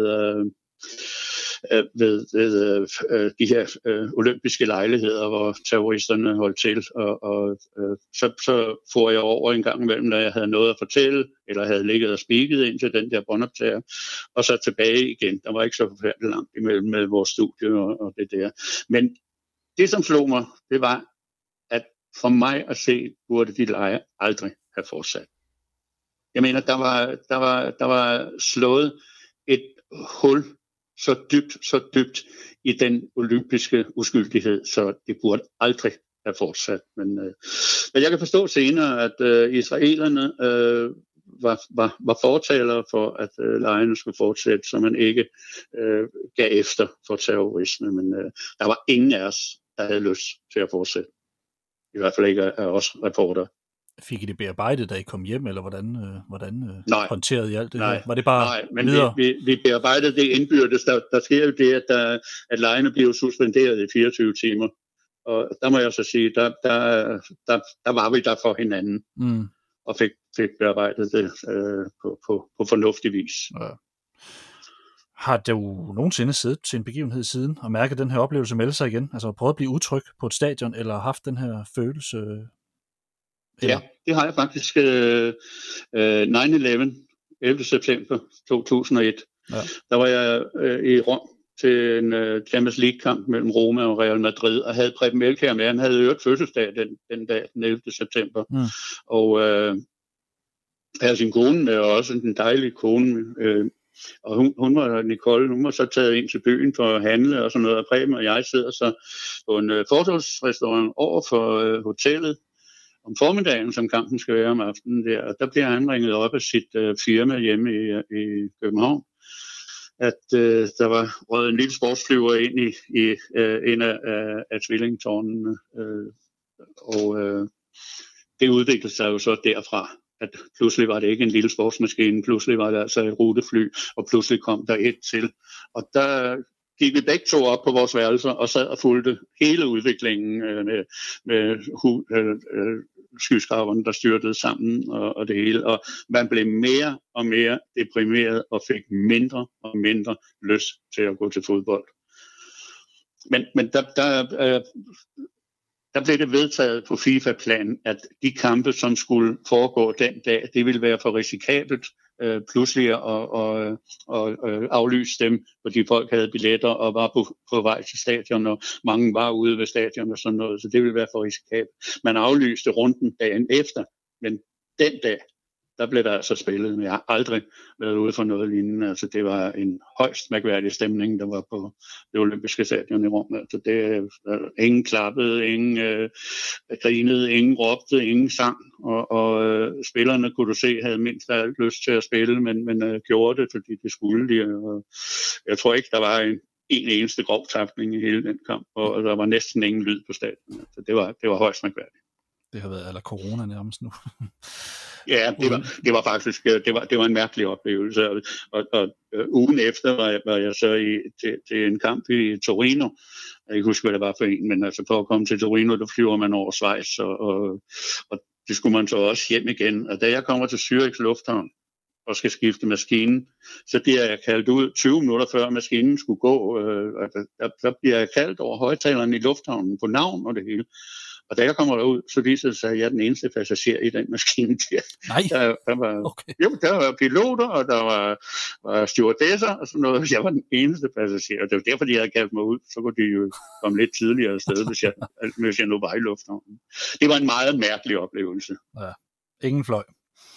S2: ved de her olympiske lejligheder, hvor terroristerne holdt til, og så får jeg over en gang imellem, når jeg havde noget at fortælle, eller havde ligget og spiket ind til den der båndoptager, og så tilbage igen. Der var ikke så forfærdeligt langt imellem med vores studie og det der. Men det, som slog mig, det var, at for mig at se, burde de lege aldrig have fortsat. Jeg mener, der var slået et hul så dybt i den olympiske uskyldighed, så det burde aldrig er fortsat. Men jeg kan forstå senere, at israelerne var fortalere for, at legene skulle fortsætte, så man ikke gav efter for terrorisme. Men der var ingen af os, der havde lyst til at fortsætte. I hvert fald ikke af os reporter.
S1: Fik I det bearbejdet, da I kom hjem, eller hvordan håndterede I alt det her? Var det bare
S2: nej, men
S1: videre?
S2: Vi bearbejdede det indbyrdes. Der sker jo det, at legene bliver suspenderet i 24 timer. Og der må jeg så sige, der var vi der for hinanden, og fik bearbejdet det på fornuftig vis. Ja.
S1: Har du nogensinde siddet til en begivenhed siden og mærket den her oplevelse melde sig igen? Altså prøvet at blive utryg på et stadion, eller haft den her følelse?
S2: Ja, det har jeg faktisk. 9/11, 11. september 2001. Ja. Der var jeg i Rom til en Champions League-kamp mellem Roma og Real Madrid, og havde Preben Elkjær med. Han havde øvrigt fødselsdag den dag, den 11. september. Og havde sin kone med, og også en dejlig kone. Og hun var Nicole, hun var så taget ind til byen for at handle og sådan noget, og Preben og jeg sidder så på en fortorvsrestaurant over for hotellet om formiddagen, som kampen skal være om aftenen der, og der bliver han ringet op af sit firma hjemme i København, at der var røget en lille sportsflyver ind i en af tvillingtårnene, og det udviklede sig jo så derfra, at pludselig var det ikke en lille sportsmaskine, pludselig var det altså et rutefly, og pludselig kom der et til, og der gik vi begge to op på vores værelser og sad og fulgte hele udviklingen med skyskraberne, der styrtede sammen og det hele. Og man blev mere og mere deprimeret og fik mindre og mindre lyst til at gå til fodbold. Men der blev det vedtaget på FIFA-plan, at de kampe, som skulle foregå den dag, det ville være for risikabelt pludselig at aflyse dem, fordi folk havde billetter og var på vej til stadion, og mange var ude ved stadion og sådan noget, så det ville være for risikabelt. Man aflyste runden dagen efter, men den dag, der blev der altså spillet, men jeg har aldrig været ude for noget lignende. Altså, det var en højst mærkværdig stemning, der var på det olympiske stadion i Rom. Altså, ingen klappede, ingen grinede, ingen råbte, ingen sang, og spillerne, kunne du se, havde mindst af alt lyst til at spille, men gjorde det, fordi det skulle de. Og jeg tror ikke, der var en eneste grov tapning i hele den kamp, og der var næsten ingen lyd på stadion. Altså, det var højst mærkværdigt.
S1: Det har været eller corona nærmest nu.
S2: Ja, det var faktisk det var en mærkelig oplevelse, og ugen efter var jeg så til en kamp i Torino. Jeg kan huske, hvad det var for en, men altså for at komme til Torino, der flyver man over Schweiz, og det skulle man så også hjem igen. Og da jeg kommer til Zürich Lufthavn og skal skifte maskinen, så bliver jeg kaldt ud 20 minutter før maskinen skulle gå. Der bliver jeg kaldt over højtaleren i lufthavnen på navn og det hele. Og da jeg kommer derud, så viser det sig, at jeg er den eneste passager i den maskine der.
S1: Nej,
S2: der var piloter, og der var stewardesser og sådan noget. Jeg var den eneste passager, og det var derfor, de havde kaldt mig ud. Så kunne de jo komme lidt tidligere afsted, hvis jeg nu var i lufthavnen. Det var en meget mærkelig oplevelse.
S1: Ja, ingen fløj.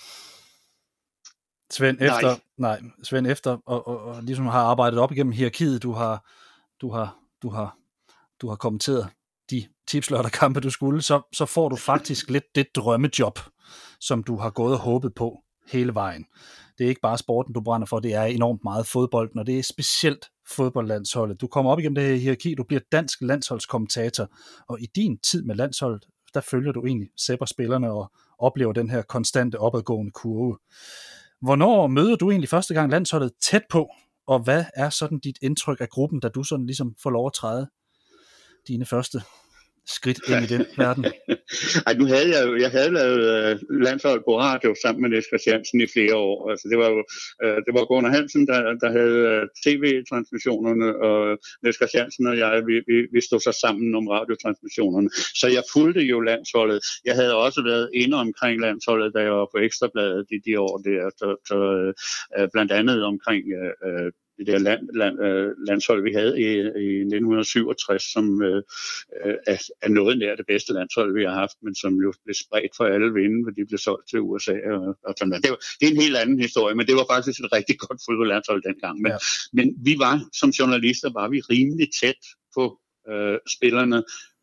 S1: Svend, efter og ligesom har arbejdet op igennem hierarkiet, du har kommenteret de tipslørdag-kampe, du skulle, så får du faktisk lidt det drømmejob, som du har gået og håbet på hele vejen. Det er ikke bare sporten, du brænder for, det er enormt meget fodbolden, og det er specielt fodboldlandsholdet. Du kommer op igennem det her hierarki, du bliver dansk landsholdskommentator, og i din tid med landsholdet, der følger du egentlig spillerne og oplever den her konstante opadgående kurve. Hvornår møder du egentlig første gang landsholdet tæt på, og hvad er sådan dit indtryk af gruppen, da du sådan ligesom får lov at træde dine første skridt ind i den verden?
S2: Ej, jeg havde lavet landshold på radio sammen med Niels Christiansen i flere år. Altså, det var Gunnar Hansen, der havde tv-transmissionerne, og Niels Christiansen og jeg, vi stod så sammen om radiotransmissionerne. Så jeg fulgte jo landsholdet. Jeg havde også været inde omkring landsholdet, da jeg var på Ekstrabladet i de år der, så blandt andet omkring det der landshold, vi havde i 1967, som er noget nær det bedste landshold, vi har haft, men som jo blev spredt for alle vinde, fordi de blev solgt til USA. Og sådan noget. Det er en helt anden historie, men det var faktisk et rigtig godt fodboldlandshold dengang. Men vi var, som journalister, var vi rimelig tæt på spillerne,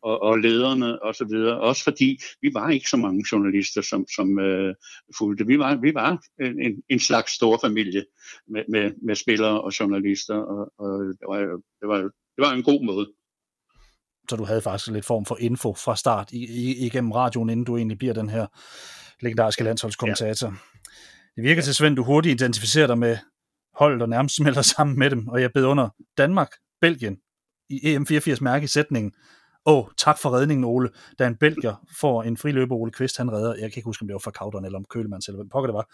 S2: og lederne og så videre. Også fordi vi var ikke så mange journalister, som fulgte. Vi var en slags stor familie med spillere og journalister, og det var en god måde.
S1: Så du havde faktisk lidt form for info fra start igennem radioen, inden du egentlig bliver den her legendariske landsholdskommentator. Ja. Det virker til, Svend, du hurtigt identificerer dig med holdet og nærmest smelter sammen med dem, og jeg bed under Danmark, Belgien i EM84 mærke i sætningen: tak for redningen, Ole, da en belgier får en friløber, Ole Kvist, han redder. Jeg kan ikke huske, om det var fra Kauderen eller om Kølemanns, eller hvem pokker det var.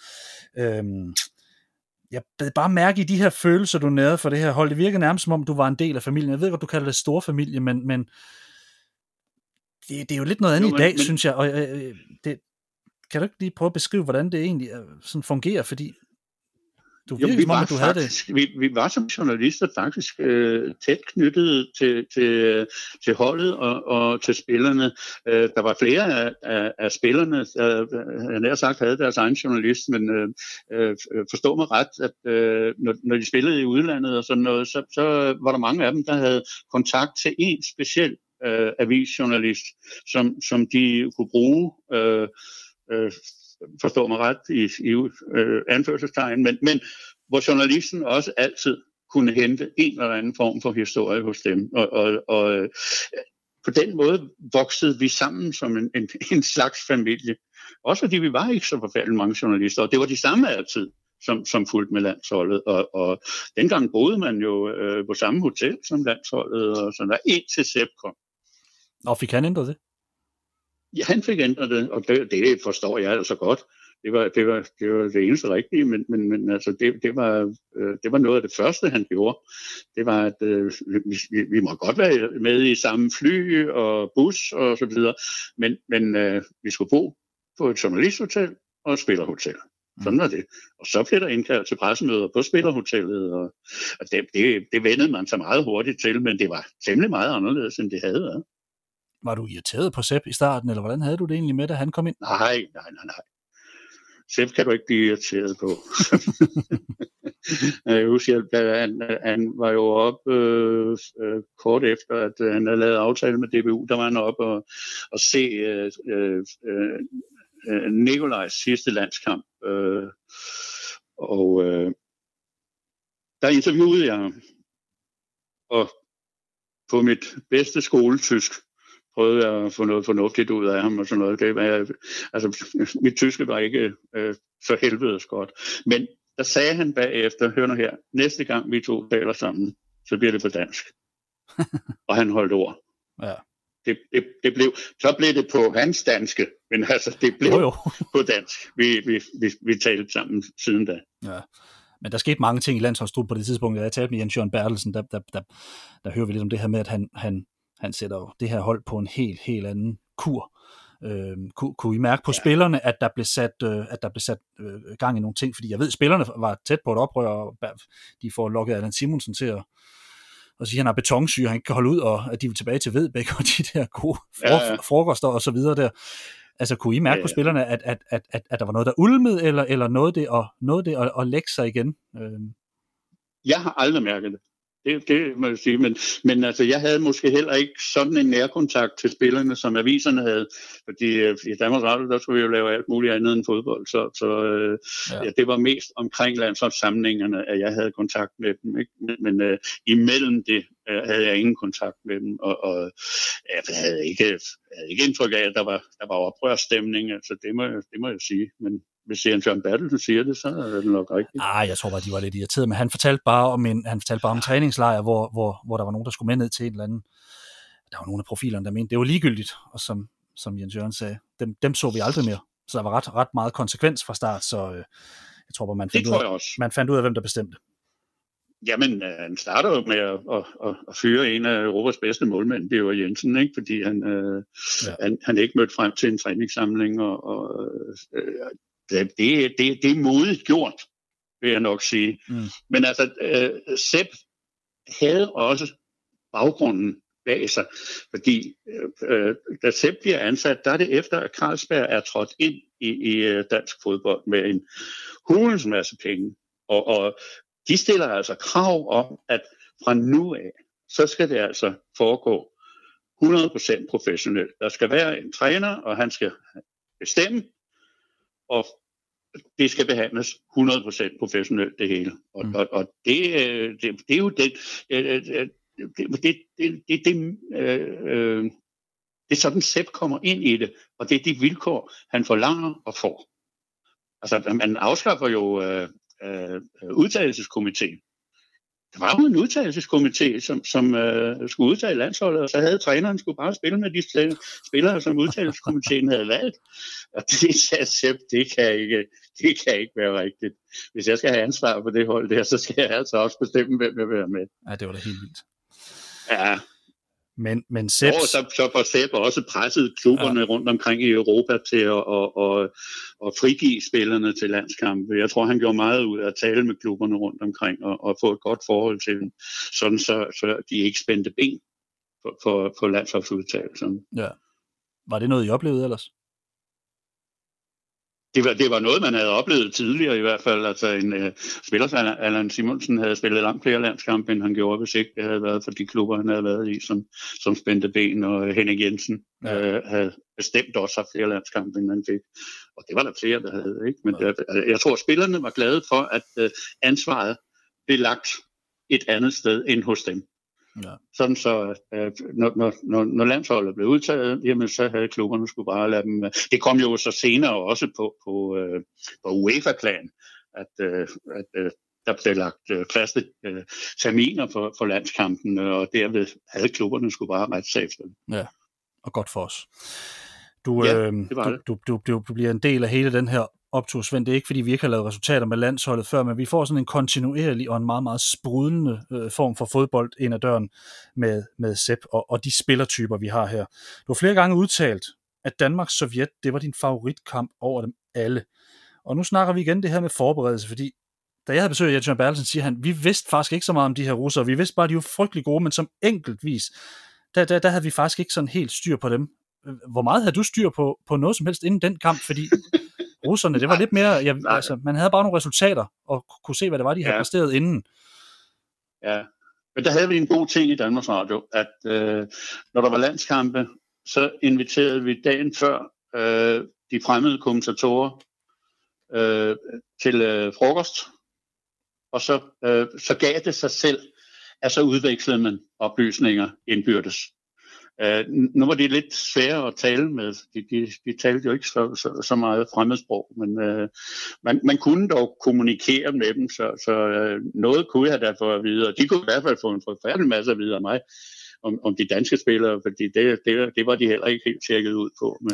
S1: Jeg bed bare mærke i de her følelser, du nærede for det her hold. Det virkede nærmest, som om du var en del af familien. Jeg ved godt, du kalder det store familie, men det er jo lidt noget andet i dag, synes jeg. Og kan du ikke lige prøve at beskrive, hvordan det egentlig sådan fungerer? Fordi du virkede, som om, at du havde det.
S2: Vi var som journalister faktisk tæt knyttet til holdet og til spillerne. Der var flere af spillerne, jeg nær sagt havde deres egen journalist, men forstå mig ret, at når de spillede i udlandet og sådan noget, så var der mange af dem, der havde kontakt til en speciel avisjournalist, som de kunne bruge, forstår mig ret, i anførselstegn, men hvor journalisten også altid kunne hente en eller anden form for historie hos dem. Og på den måde voksede vi sammen som en slags familie. Også fordi vi var ikke så forfærdeligt mange journalister, og det var de samme altid, som fulgte med landsholdet. Og dengang boede man jo på samme hotel som landsholdet, og sådan der, indtil Sepp kom.
S1: Og fik han ændret det?
S2: Ja, han fik ændret det, og det forstår jeg altså godt. Det var det eneste rigtige, men altså det var noget af det første, han gjorde. Det var, at vi må godt være med i samme fly og bus og så videre, men vi skulle bo på et journalisthotel og et spillerhotel. Sådan var det. Og så blev der indkaldt til pressemøder på spillerhotellet, og det vendede man så meget hurtigt til, men det var temmelig meget anderledes, end det havde været.
S1: Var du irriteret på Sepp i starten, eller hvordan havde du det egentlig med, da han kom ind?
S2: Nej. Sepp kan du ikke blive irriteret på. Jeg husker, han var jo op kort efter, at han havde lavet aftale med DBU, der var han op og se Nikolajs sidste landskamp. Og der interviewede jeg ham. Og på mit bedste skoletysk prøvede jeg at få noget fornuftigt ud af ham og sådan noget. Det var, altså, mit tyske var ikke så helvedes godt. Men der sagde han bagefter, hør nu her, næste gang vi to taler sammen, så bliver det på dansk. Og han holdt ord.
S1: Ja.
S2: Så blev det på hans danske, men altså det blev på dansk. Vi talte sammen siden da.
S1: Ja. Men der skete mange ting i landsholdstruppen på det tidspunkt. Jeg talte med Jens Jørgen Bertelsen, der hører vi lidt om det her med, at han sætter jo det her hold på en helt anden kur. Kunne I mærke på spillerne, at der blev sat gang i nogle ting? Fordi jeg ved, at spillerne var tæt på et oprør, og de får lukket Allan Simonsen til at sige, at han har betonsyge, han ikke kan holde ud, og at de vil tilbage til Vedbæk, og de der gode frokoster og så videre der. Altså, kunne I mærke på spillerne, at der var noget, der ulmede, eller noget det at lægge sig igen?
S2: Jeg har aldrig mærket det. Det må jeg sige, men altså, jeg havde måske heller ikke sådan en nærkontakt til spillerne, som aviserne havde, fordi i Danmarks Radio, der skulle vi jo lave alt muligt andet end fodbold, så det var mest omkring landsholdssamlingerne, at jeg havde kontakt med dem, ikke? Men imellem det havde jeg ingen kontakt med dem, og jeg havde ikke indtryk af, at der var oprørsstemning, altså det må jeg sige, men hvis Jens Jørgen Bertelsen siger det, så er det nok rigtigt.
S1: Jeg tror bare, de var lidt irriterede, men han fortalte bare om en træningslejr, hvor der var nogen, der skulle med ned til et eller andet. Der var nogle af profilerne, der mente, det var ligegyldigt, og som Jens Jørgen sagde, dem så vi aldrig mere. Så der var ret meget konsekvens fra start, så jeg tror bare, man fandt ud af, hvem der bestemte.
S2: Jamen, han starter jo med at fyre en af Europas bedste målmænd, det var Jensen, ikke? Fordi han ikke mødte frem til en træningssamling, og det er modigt gjort, vil jeg nok sige. Men altså, Sepp havde også baggrunden bag sig, fordi da Sepp bliver ansat, der er det efter, at Carlsberg er trådt ind i dansk fodbold med en hulens masse penge, og de stiller altså krav om, at fra nu af, så skal det altså foregå 100% professionelt. Der skal være en træner, og han skal bestemme, og det skal behandles 100% professionelt, det hele. Og det er jo det, det er sådan, Sepp kommer ind i det, og det er de vilkår, han forlanger og får. Altså, man afskaffer jo udtagelseskomiteen. Der var jo en udtalelseskomité, som skulle udtale landsholdet, og så havde træneren skulle bare spille med de spillere, som udtalelseskomiteen havde valgt. Og det sagde Sepp, det kan ikke være rigtigt. Hvis jeg skal have ansvar på det hold der, så skal jeg altså også bestemme, hvem jeg vil være med.
S1: Ja, det var da helt vildt.
S2: Ja.
S1: Men Sepp...
S2: Så får Sepp også presset klubberne rundt omkring i Europa til at frigive spillerne til landskampe. Jeg tror, han gjorde meget ud af at tale med klubberne rundt omkring og få et godt forhold til dem, sådan så de ikke spændte ben for landsholdsudtagelserne.
S1: Ja. Var det noget, I oplevede ellers?
S2: Det var noget, man havde oplevet tidligere i hvert fald. Altså en spiller som Allan Simonsen havde spillet langt flere landskampe, end han gjorde, hvis ikke det havde været for de klubber, han havde været i, som spændte ben, og Henning Jensen havde bestemt også haft flere landskampe, end han fik. Og det var der flere, der havde, ikke? Men jeg tror, spillerne var glade for, at ansvaret blev lagt et andet sted end hos dem. Ja. Sådan så, når landsholdet blev udtaget, jamen så havde klubberne skulle bare lade dem. Det kom jo så senere også på UEFA-plan, at der blev lagt faste terminer for landskampen, og derved havde klubberne skulle bare rette sig efter.
S1: Ja, og godt for os. Du bliver en del af hele den her optur, Svend. Det er ikke, fordi vi ikke har lavet resultater med landsholdet før, men vi får sådan en kontinuerlig og en meget, meget sprudlende form for fodbold ind ad døren med Sepp og de spillertyper, vi har her. Du har flere gange udtalt, at Danmark-Sovjet, det var din favoritkamp over dem alle. Og nu snakker vi igen det her med forberedelse, fordi da jeg havde besøg af Jens Jørgen Bertelsen, siger han, vi vidste faktisk ikke så meget om de her russere, vi vidste bare, at de var frygtelig gode, men som enkeltvis, der havde vi faktisk ikke sådan helt styr på dem. Hvor meget havde du styr på noget som helst inden den kamp, fordi russerne, det var lidt mere, man havde bare nogle resultater, og kunne se, hvad det var, de havde præsteret inden.
S2: Ja, men der havde vi en god ting i Danmarks Radio, at når der var landskampe, så inviterede vi dagen før de fremmede kommentatorer til frokost, og så gav det sig selv, at så udvekslede man oplysninger indbyrdes. Nu var det lidt sværere at tale med. De talte jo ikke så meget fremmedsprog, men man kunne dog kommunikere med dem, så noget kunne jeg derfor at vide, og de kunne i hvert fald få en forfærdelig masse at vide af mig om de danske spillere, fordi det var de heller ikke helt tjekket ud på, men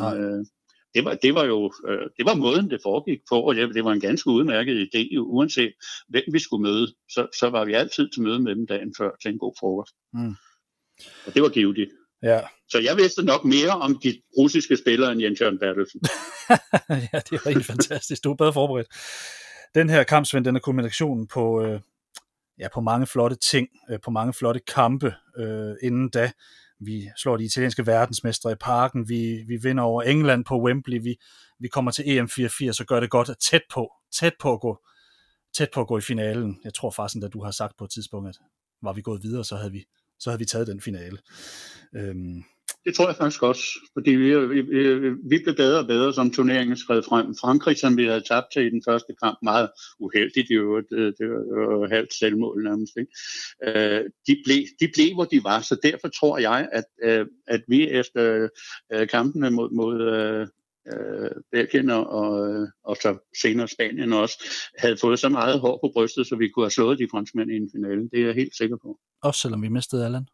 S2: det var måden, det foregik på, og det var en ganske udmærket idé, uanset hvem vi skulle møde, så var vi altid til møde med dem dagen før til en god frokost. Og det var givetigt.
S1: Ja.
S2: Så jeg vidste nok mere om de russiske spillere end Jens Jørgen Bertelsen.
S1: Ja, det var helt fantastisk. Du er bedre forberedt. Den her kamp, Svend, den er kombinationen på mange flotte ting, på mange flotte kampe inden da. Vi slår de italienske verdensmestre i Parken, vi vinder over England på Wembley, vi kommer til EM 84 og gør det godt, tæt på at gå i finalen. Jeg tror faktisk, at du har sagt på et tidspunkt, at var vi gået videre, så havde vi taget den finale.
S2: Det tror jeg faktisk også, fordi vi blev bedre og bedre, som turneringen skred frem. Frankrig, som vi havde tabt til i den første kamp, meget uheldigt, det var halvt selvmål nærmest, ikke? De blev, hvor de var, så derfor tror jeg, at vi efter kampene mod Belgien og så senere Spanien også, havde fået så meget hår på brystet, så vi kunne have slået de franskmænd i en finale. Det er jeg helt sikker på.
S1: Også selvom vi mistede Allan?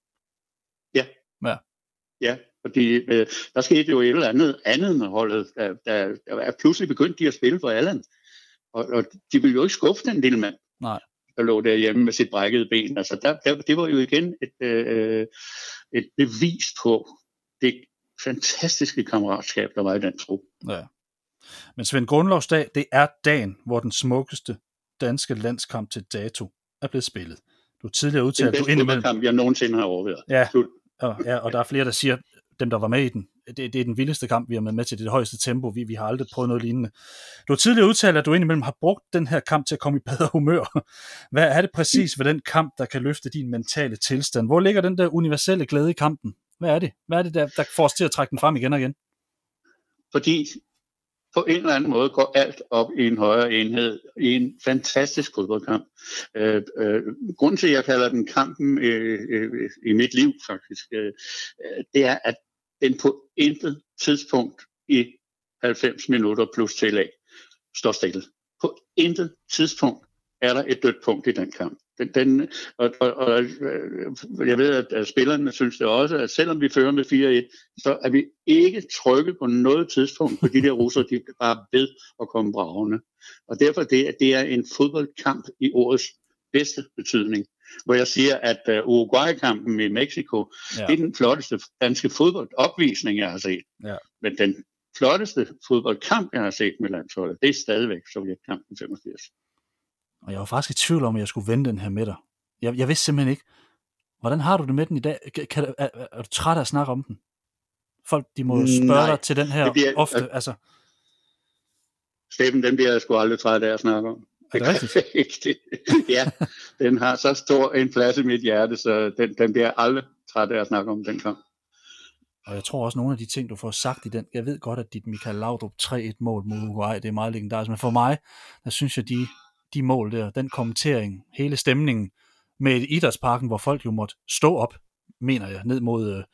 S2: Ja, fordi der skete jo et eller andet med holdet. Der pludselig begyndte de at spille for Allan. Og de ville jo ikke skuffe den lille mand, der lå derhjemme med sit brækkede ben. Altså, det var jo igen et bevis på det fantastiske kammeratskab, der var i den trup. Ja.
S1: Men Svend, Grundlovsdag, det er dagen, hvor den smukkeste danske landskamp til dato er blevet spillet. Du tidligere udtalt,
S2: den bedste fodboldkamp, jeg nogensinde har overværet.
S1: Ja, og der er flere, der siger, dem der var med i den, det er den vildeste kamp, vi har med til, det højeste tempo, vi har aldrig prøvet noget lignende. Du har tidligere udtalt, at du indimellem har brugt den her kamp til at komme i bedre humør. Hvad er det præcis ved den kamp, der kan løfte din mentale tilstand? Hvor ligger den der universelle glæde i kampen Hvad er det? Hvad er det, der får os til at trække den frem igen og igen?
S2: Fordi på en eller anden måde går alt op i en højere enhed i en fantastisk fodboldkamp. Grunden til, at jeg kalder den kampen i mit liv faktisk, det er, at den på intet tidspunkt i 90 minutter plus tillæg står stille. På intet tidspunkt er der et dødt punkt i den kamp. Og jeg ved, at spillerne synes det også, at selvom vi fører med 4-1, så er vi ikke trykket på noget tidspunkt, for de der russer, de er bare ved at komme bragende. Og derfor det er en fodboldkamp i ordets bedste betydning. Hvor jeg siger, at Uruguay-kampen i Mexico, det er den flotteste danske fodboldopvisning, jeg har set. Ja. Men den flotteste fodboldkamp, jeg har set med landsholdet, det er stadigvæk Sovjetkampen 85.
S1: Og jeg var faktisk i tvivl om, at jeg skulle vende den her med dig. Jeg vidste simpelthen ikke, hvordan har du det med den i dag? Er du træt af at snakke om den? Folk, de må spørge dig til den her ofte. Altså.
S2: Steffen, den bliver jeg sgu aldrig træt af at snakke om.
S1: Er det rigtigt?
S2: Ja, den har så stor en plads i mit hjerte, så den bliver jeg aldrig træt af at snakke om den kamp.
S1: Og jeg tror også, nogle af de ting, du får sagt i den, jeg ved godt, at dit Michael Laudrup 3-1-mål mod Uruguay, det er meget legendarisk, men for mig, der synes jeg, de mål der, den kommentering, hele stemningen med idrætsparken, hvor folk jo måtte stå op, mener jeg, ned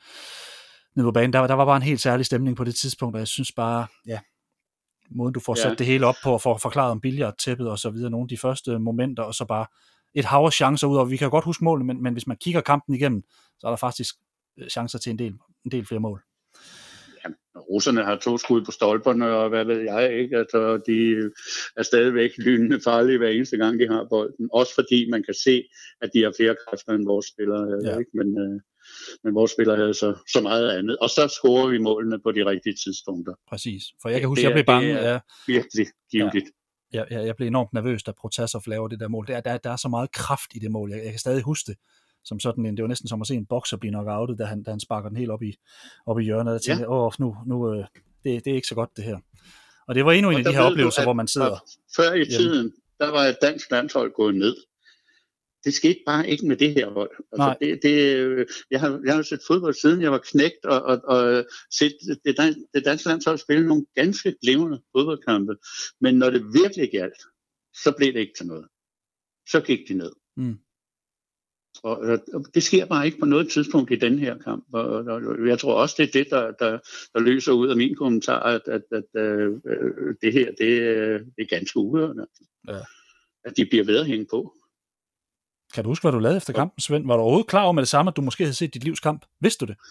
S1: mod banen, der var bare en helt særlig stemning på det tidspunkt, og jeg synes bare, ja, måden du får sat det hele op på, og får forklaret om billardtæppet og så videre, nogle af de første momenter, og så bare et hav af chancer ud, og vi kan godt huske målene, men hvis man kigger kampen igennem, så er der faktisk chancer til en del flere mål.
S2: Ja, russerne har 2 skud på stolperne, og hvad ved jeg ikke, altså de er stadigvæk lynende farlige hver eneste gang, de har bolden. Også fordi man kan se, at de har flere kræfter end vores spillere, ikke? Men vores spillere havde så meget andet. Og så scorer vi målene på de rigtige tidspunkter.
S1: Præcis, for jeg kan huske, jeg blev bange.
S2: Det er virkelig givetigt.
S1: Ja, jeg blev enormt nervøs, da Protasov laver det der mål. Der er så meget kraft i det mål. Jeg kan stadig huske det. Som sådan det var næsten som at se en bokser blive knockoutet, da han sparker den helt op i hjørnet, og jeg tænkte, det er ikke så godt det her. Og det var endnu en af de her oplevelser, hvor man sidder.
S2: Før i tiden, der var et dansk landshold gået ned. Det skete bare ikke med det her hold. Altså, jeg har set fodbold siden jeg var knægt, og set det danske landshold spille nogle ganske glimrende fodboldkampe. Men når det virkelig galt, så blev det ikke til noget. Så gik de ned. Mm. Og det sker bare ikke på noget tidspunkt i den her kamp. Og jeg tror også, det er det, der løser ud af min kommentar, at det her, det er ganske uhørende. Ja. At de bliver ved at hænge på.
S1: Kan du huske, hvad du lavede efter kampen, Svend? Var du overhovedet klar over med det samme, at du måske havde set dit livs kamp? Vidste du det?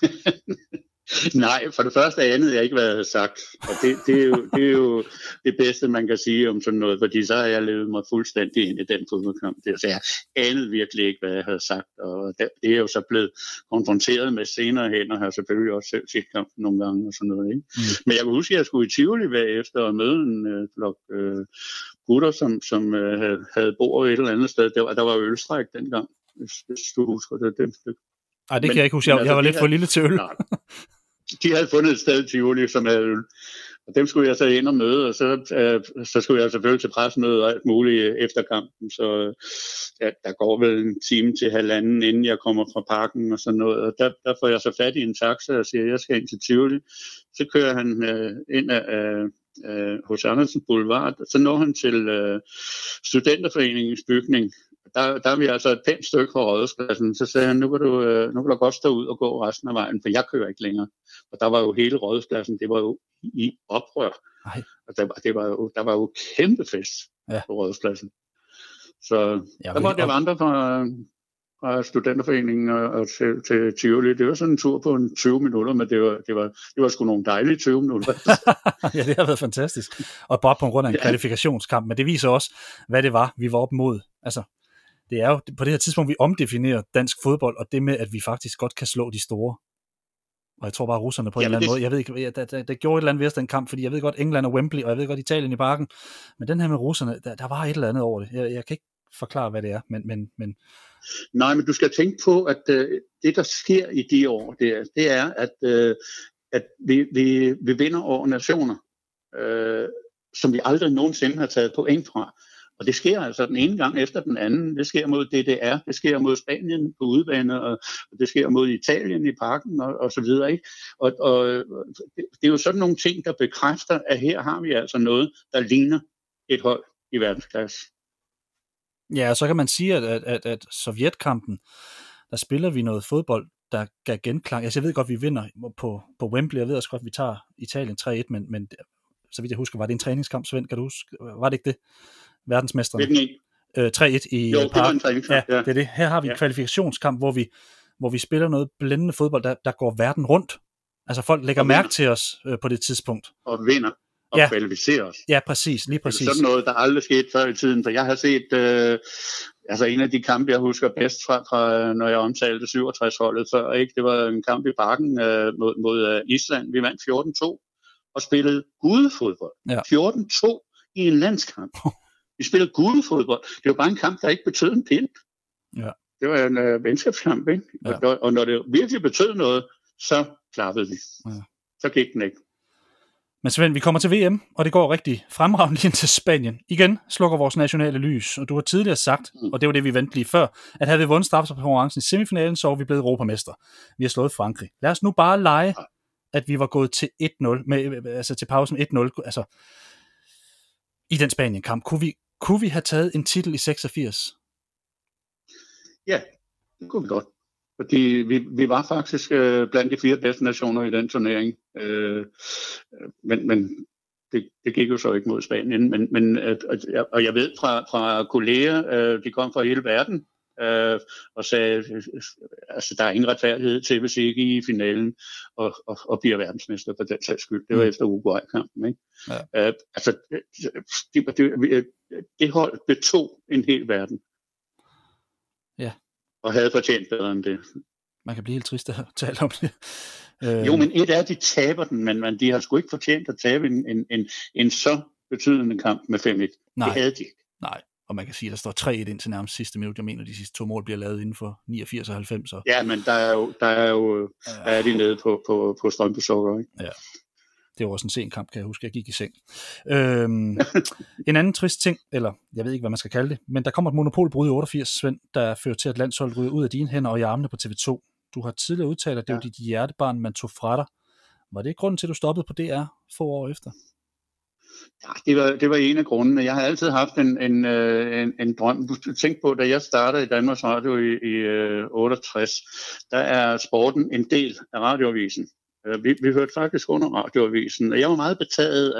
S2: Nej, for det første anede jeg ikke, hvad jeg havde sagt. Og det er jo det bedste, man kan sige om sådan noget, fordi så har jeg levet mig fuldstændig ind i den fodboldkamp. Så jeg anede virkelig ikke, hvad jeg havde sagt, og det er jo så blevet konfronteret med senere hen, og har selvfølgelig også selv set kampen nogle gange og sådan noget. Ikke? Mm. Men jeg kan huske, at jeg skulle i Tivoli bagefter og møde en flok gutter, som havde bord et eller andet sted. Der var ølstræk dengang, hvis du husker det.
S1: Nej, det kan jeg ikke huske. Jeg var lidt for lille til øl.
S2: De havde fundet et sted i Tivoli, som havde øl. Og dem skulle jeg så ind og møde, og så skulle jeg selvfølgelig til pressemøde og alt muligt efter kampen. Så der går vel en time til halvanden, inden jeg kommer fra parken og sådan noget. Og der får jeg så fat i en taxa og siger, at jeg skal ind til Tivoli. Så kører han ind hos Andersen Boulevard, så når han til Studenterforeningens bygning. Der er vi altså et pænt stykke fra Rådhuspladsen. Så sagde han, nu kan du godt stå ud og gå resten af vejen, for jeg kører ikke længere. Og der var jo hele Rådhuspladsen, det var jo i oprør. Og der var jo kæmpe fest på Rådhuspladsen. Så der måtte jeg vandre fra Studenterforeningen og til Tivoli. Det var sådan en tur på 20 minutter, men det var sgu nogle dejlige 20 minutter.
S1: Ja, det har været fantastisk. Og bare på grund af en kvalifikationskamp, men det viser også, hvad det var, vi var op mod. Altså, det er jo på det her tidspunkt, vi omdefinerer dansk fodbold, og det med, at vi faktisk godt kan slå de store. Og jeg tror bare, russerne på en eller anden måde, jeg ved ikke, det gjorde et eller andet ved den kamp, fordi jeg ved godt England og Wembley, og jeg ved godt Italien i parken, men den her med russerne, der var et eller andet over det. Jeg kan ikke forklare, hvad det er, men...
S2: Nej, men du skal tænke på, at det, der sker i de år, det er, at vi vinder over nationer, som vi aldrig nogensinde har taget point fra. Og det sker altså den ene gang efter den anden. Det sker mod DDR, det sker mod Spanien på udebane, og det sker mod Italien i parken og så videre. Ikke? Og det er jo sådan nogle ting, der bekræfter, at her har vi altså noget, der ligner et hold i verdensklasse.
S1: Ja, og så kan man sige, at Sovjetkampen, der spiller vi noget fodbold, der gav genklang. Altså, jeg ved godt, vi vinder på Wembley, jeg ved også godt, vi tager Italien 3-1, men så vidt jeg husker, var det en træningskamp, Svend, kan du huske? Var det ikke det? Verdensmesterne. 3-1 i
S2: jo,
S1: parken.
S2: Det var en ja,
S1: det er det. Her har vi en kvalifikationskamp, hvor vi spiller noget blændende fodbold, der går verden rundt. Altså, folk lægger mærke til os på det tidspunkt.
S2: Og vinder. Og kvalificerer os.
S1: Ja, præcis. Lige præcis.
S2: Det er sådan noget, der aldrig skete før i tiden, for jeg har set en af de kampe, jeg husker bedst fra når jeg omtalte 67-holdet før, ikke? Det var en kamp i parken mod Island. Vi vandt 14-2 og spillede gudefodbold. Ja. 14-2 i en landskamp. Vi spillede gudefodbold. Det var bare en kamp, der ikke betød en pind. Ja. Det var en venskabskamp, ikke? Ja. Og når det virkelig betød noget, så klappede vi. Ja. Så gik den ikke.
S1: Men Svend, vi kommer til VM, og det går rigtig fremragende ind til Spanien. Igen slukker vores nationale lys, og du har tidligere sagt, og det var det, vi ventede lige før, at havde vi vundet straffesparkskonkurrencen i semifinalen, så var vi blevet europamester. Vi har slået Frankrig. Lad os nu bare lege, at vi var gået til 1-0, til pausen 1-0, altså i den Spanien-kamp. Kunne vi have taget en titel i 86?
S2: Ja, det kunne vi godt. Fordi vi var faktisk blandt de 4 bedste nationer i den turnering. Men det gik jo så ikke mod Spanien. Og jeg ved fra kolleger, de kom fra hele verden, og sagde, altså der er ingen retfærdighed til, hvis ikke i finalen og bliver verdensmester for den sags skyld. Det var efter Uruguay-kampen. Ikke? Ja. Det hold betog en hel verden. Ja. Og havde fortjent bedre end det.
S1: Man kan blive helt trist at tale om det.
S2: Jo, men et er, de taber den, men de har sgu ikke fortjent at tabe en så betydende kamp med 5-1.
S1: Nej.
S2: Det havde de ikke.
S1: Nej, og man kan sige, at der står 3-1 ind til nærmest sidste minut. Jeg mener, de sidste 2 mål bliver lavet inden for 89 og 90. Og...
S2: Ja, men der er de nede på strømpesukker, ikke?
S1: Ja. Det var også en sen kamp, kan jeg huske. Jeg gik i seng. En anden trist ting, eller jeg ved ikke, hvad man skal kalde det, men der kommer et monopolbrud i 88, Svend, der fører til, at landsholdet ryger ud af dine hænder og i armene på TV2. Du har tidligere udtalt, at det var dit hjertebarn, man tog fra dig. Var det grunden til, at du stoppede på DR få år efter?
S2: Ja, det var en af grundene. Jeg har altid haft en drøm. Du tænkte på, da jeg startede i Danmarks Radio i 68, der er sporten en del af radioavisen. Vi hørte faktisk under radioavisen, og jeg var meget betaget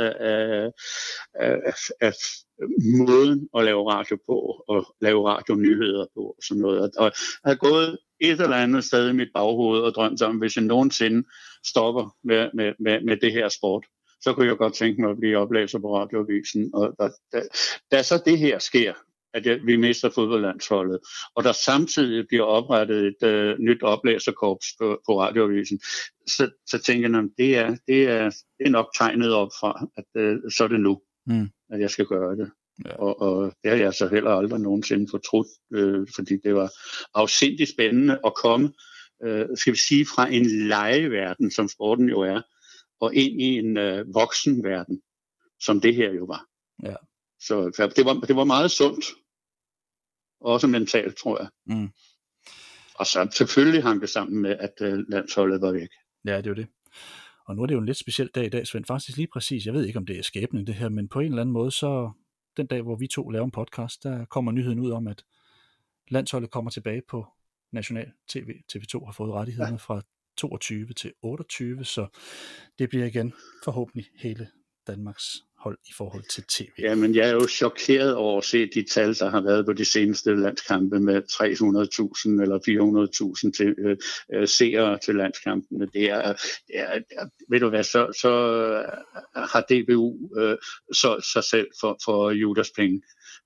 S2: af måden at lave radio på, og lave radionyheder på, og sådan noget. Og jeg har gået et eller andet sted i mit baghoved og drømt om, hvis jeg nogensinde stopper med det her sport, så kunne jeg godt tænke mig at blive oplæser på radioavisen. Og da så det her sker, at vi mister fodboldlandsholdet, og der samtidig bliver oprettet et nyt oplæserkorps på radioavisen, så tænker jeg, det er nok tegnet op fra, at så er det nu, at jeg skal gøre det. Ja. Og det har jeg så heller aldrig nogensinde fortrudt, fordi det var afsindigt spændende at komme, skal vi sige, fra en legeverden, som sporten jo er, og ind i en voksenverden, som det her jo var. Ja. Så det var meget sundt. Også mentalt, tror jeg. Mm. Og så selvfølgelig hang det sammen med, at landsholdet var væk.
S1: Ja, det er jo det. Og nu er det jo en lidt speciel dag i dag, Svend. Faktisk lige præcis, jeg ved ikke, om det er skæbnen det her, men på en eller anden måde, så den dag, hvor vi 2 laver en podcast, der kommer nyheden ud om, at landsholdet kommer tilbage på national tv. TV2 har fået rettighederne fra 22 til 28, så det bliver igen forhåbentlig hele Danmarks hold i forhold til tv.
S2: Jamen, jeg er jo chokeret over at se de tal, der har været på de seneste landskampe med 300.000 eller 400.000 seere til landskampene. Det er, ved du hvad, så har DBU sig selv for Judas penge.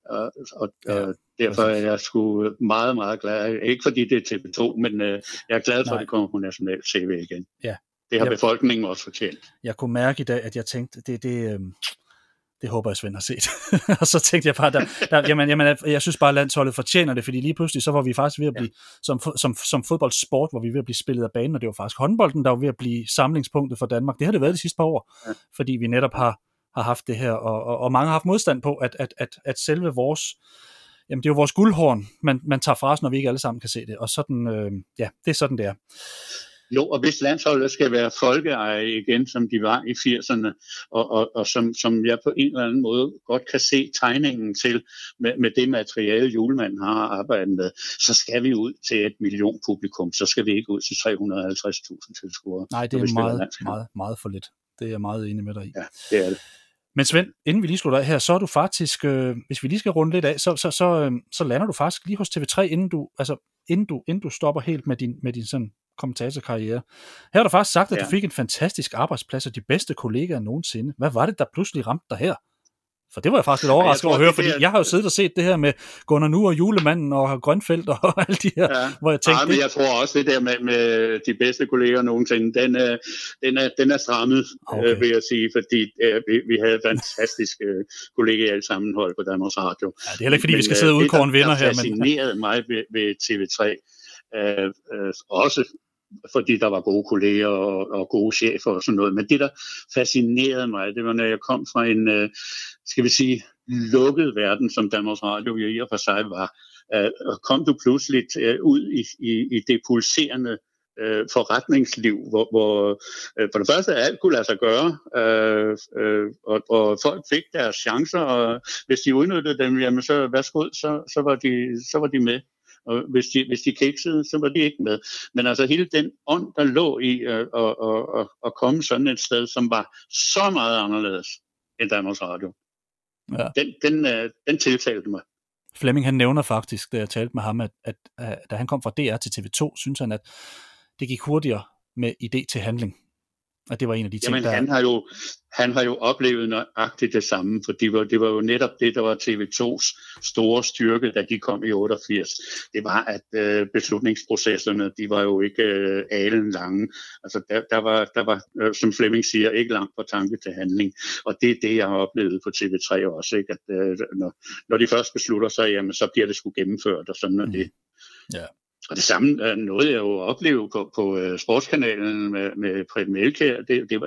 S2: Derfor er jeg sgu meget, meget glad. Ikke fordi det er TV2, men jeg er glad for, at det kommer på national tv igen. Ja. Det har befolkningen også fortjent.
S1: Jeg kunne mærke i dag, at jeg tænkte, det håber jeg, Svend har set. Og så tænkte jeg bare, jamen, jeg synes bare, at landsholdet fortjener det, fordi lige pludselig, så var vi faktisk ved at blive, som fodboldsport, hvor vi ved at blive spillet af banen, og det var faktisk håndbolden, der var ved at blive samlingspunktet for Danmark. Det har det været de sidste par år, fordi vi netop har haft det her, og mange har haft modstand på, at selve vores, jamen det er jo vores guldhorn, man tager fra os, når vi ikke alle sammen kan se det, og sådan, det er sådan, det er.
S2: Jo, og hvis landsholdet skal være folkeeje igen, som de var i 80'erne, og som jeg på en eller anden måde godt kan se tegningen til med det materiale, Julemanden har arbejdet med, så skal vi ud til 1 million publikum. Så skal vi ikke ud til 350.000 tilskuere.
S1: Nej, det er meget, meget for lidt. Det er jeg meget enig med dig i.
S2: Ja, det er det.
S1: Men Svend, inden vi lige slutter af her, så er du faktisk, hvis vi lige skal runde lidt af, så lander du faktisk lige hos TV3, inden du stopper helt med din sådan kommentatorkarriere. Her har du faktisk sagt, at du fik en fantastisk arbejdsplads og de bedste kollegaer nogensinde. Hvad var det, der pludselig ramte dig her? For det var jeg faktisk lidt overrasket over at høre, fordi jeg har jo siddet og set det her med Gunnar Nu og Julemanden og Grønfeldt og alle de her, hvor jeg tænkte...
S2: men jeg tror også, det der med de bedste kolleger nogensinde, den er strammet, vil jeg sige, fordi vi havde fantastiske kollegaer alle sammen holdt på Danmarks Radio.
S1: Ja, det er heller ikke, fordi vi skal sidde og udkåre en vinder her.
S2: Det fascinerede mig ved TV3, også fordi der var gode kolleger og gode chefer og sådan noget. Men det, der fascinerede mig, det var, når jeg kom fra en, skal vi sige, lukket verden, som Danmarks Radio i og for sig var. Og kom du pludselig ud i det pulserende forretningsliv, hvor for det første alt kunne lade sig gøre, og folk fik deres chancer, og hvis de udnyttede dem, jamen så værsgo, så var de med. Og hvis de kiksede, så var de ikke med. Men altså hele den ånd, der lå i at komme sådan et sted, som var så meget anderledes end Danmarks Radio, den tiltalte mig.
S1: Flemming, han nævner faktisk, da jeg talte med ham, at da han kom fra DR til TV2, synes han, at det gik hurtigere med idé til handling. Og det var en af de ting,
S2: han har jo oplevet nøjagtigt det samme, for det var jo netop det, der var TV2's store styrke, da de kom i 88. Det var, at beslutningsprocesserne, de var jo ikke alen lange. Altså, der var, som Flemming siger, ikke langt fra tanke til handling. Og det er det, jeg har oplevet på TV3 også, ikke? At når de først beslutter sig, jamen, så bliver det sgu gennemført, og sådan er det.
S1: Ja.
S2: Og det samme nåede jeg jo at opleve på Sportskanalen med Preben Melkjær.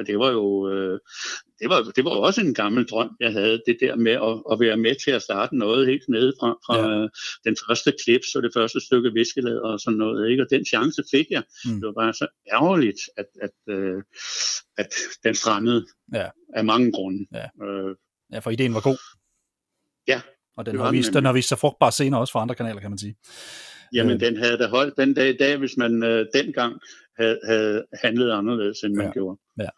S2: Det var jo også en gammel drøm, jeg havde, det der med at være med til at starte noget helt nede fra den første klips og det første stykke viskelæder og sådan noget, ikke? Og den chance fik jeg. Det var bare så ærgerligt, at den strandede af mange grunde.
S1: Ja, for ideen var god.
S2: Ja.
S1: Og den har vist sig frugtbar senere også for andre kanaler, kan man sige.
S2: Jamen, den havde da holdt den dag i dag, hvis man dengang havde handlet anderledes, end man gjorde.
S1: Ja.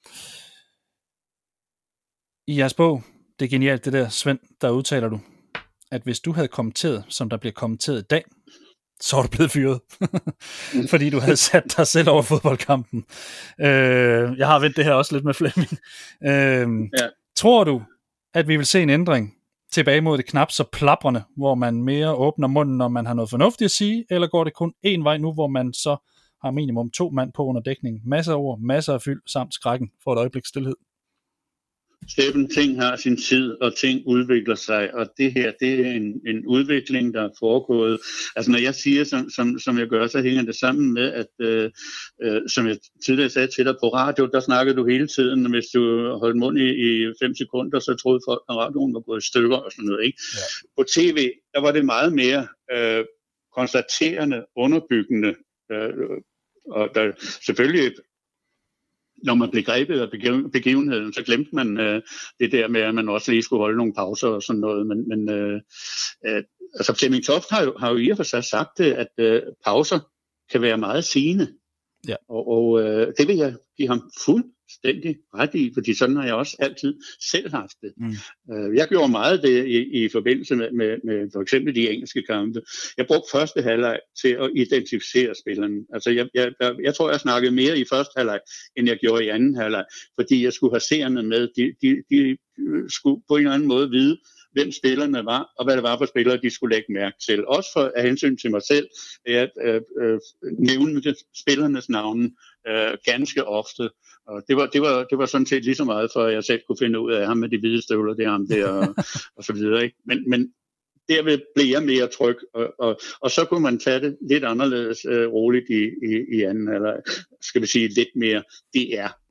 S1: I jeres bog, det er genialt det der, Svend, der udtaler du, at hvis du havde kommenteret, som der bliver kommenteret i dag, så var du blevet fyret. Fordi du havde sat dig selv over fodboldkampen. Jeg har vendt det her også lidt med Flemming. Tror du, at vi vil se en ændring tilbage mod det knap så plaprende, hvor man mere åbner munden, når man har noget fornuftigt at sige, eller går det kun én vej nu, hvor man så har minimum 2 mand på under dækning, masser af ord, masser af fyld, samt skrækken for et øjeblik stilhed?
S2: Steffen, ting har sin tid, og ting udvikler sig, og det her, det er en udvikling, der er foregået. Altså når jeg siger, som jeg gør, så hænger det sammen med, at som jeg tidligere sagde til dig på radio, der snakkede du hele tiden, hvis du holdt mund i 5 sekunder, så troede folk, at radioen var gået i stykker og sådan noget, ikke? Ja. På tv, der var det meget mere konstaterende, underbyggende, og der selvfølgelig, når man blev grebet af begivenheden, så glemte man det der med, at man også lige skulle holde nogle pauser og sådan noget. Men altså Flemming Toft har jo i og for sig sagt det, at pauser kan være meget sigende. Ja. Og det vil jeg give ham fuldstændig ret i, fordi sådan har jeg også altid selv haft det. Jeg gjorde meget det i forbindelse med for eksempel de engelske kampe. Jeg brugte første halvleg til at identificere spillerne. Altså jeg tror, jeg snakkede mere i første halvleg, end jeg gjorde i anden halvleg, fordi jeg skulle have seerne med. De skulle på en eller anden måde vide, hvem spillerne var, og hvad det var for spillere, de skulle lægge mærke til. Også for af hensyn til mig selv, at nævne spillernes navne ganske ofte. Og det var sådan set lige så meget, for at jeg selv kunne finde ud af ham med de hvide støvler, det er ham der, og så videre. Ikke? Men derved blev jeg mere tryg, og så kunne man tage det lidt anderledes roligt i anden, eller skal vi sige lidt mere DR.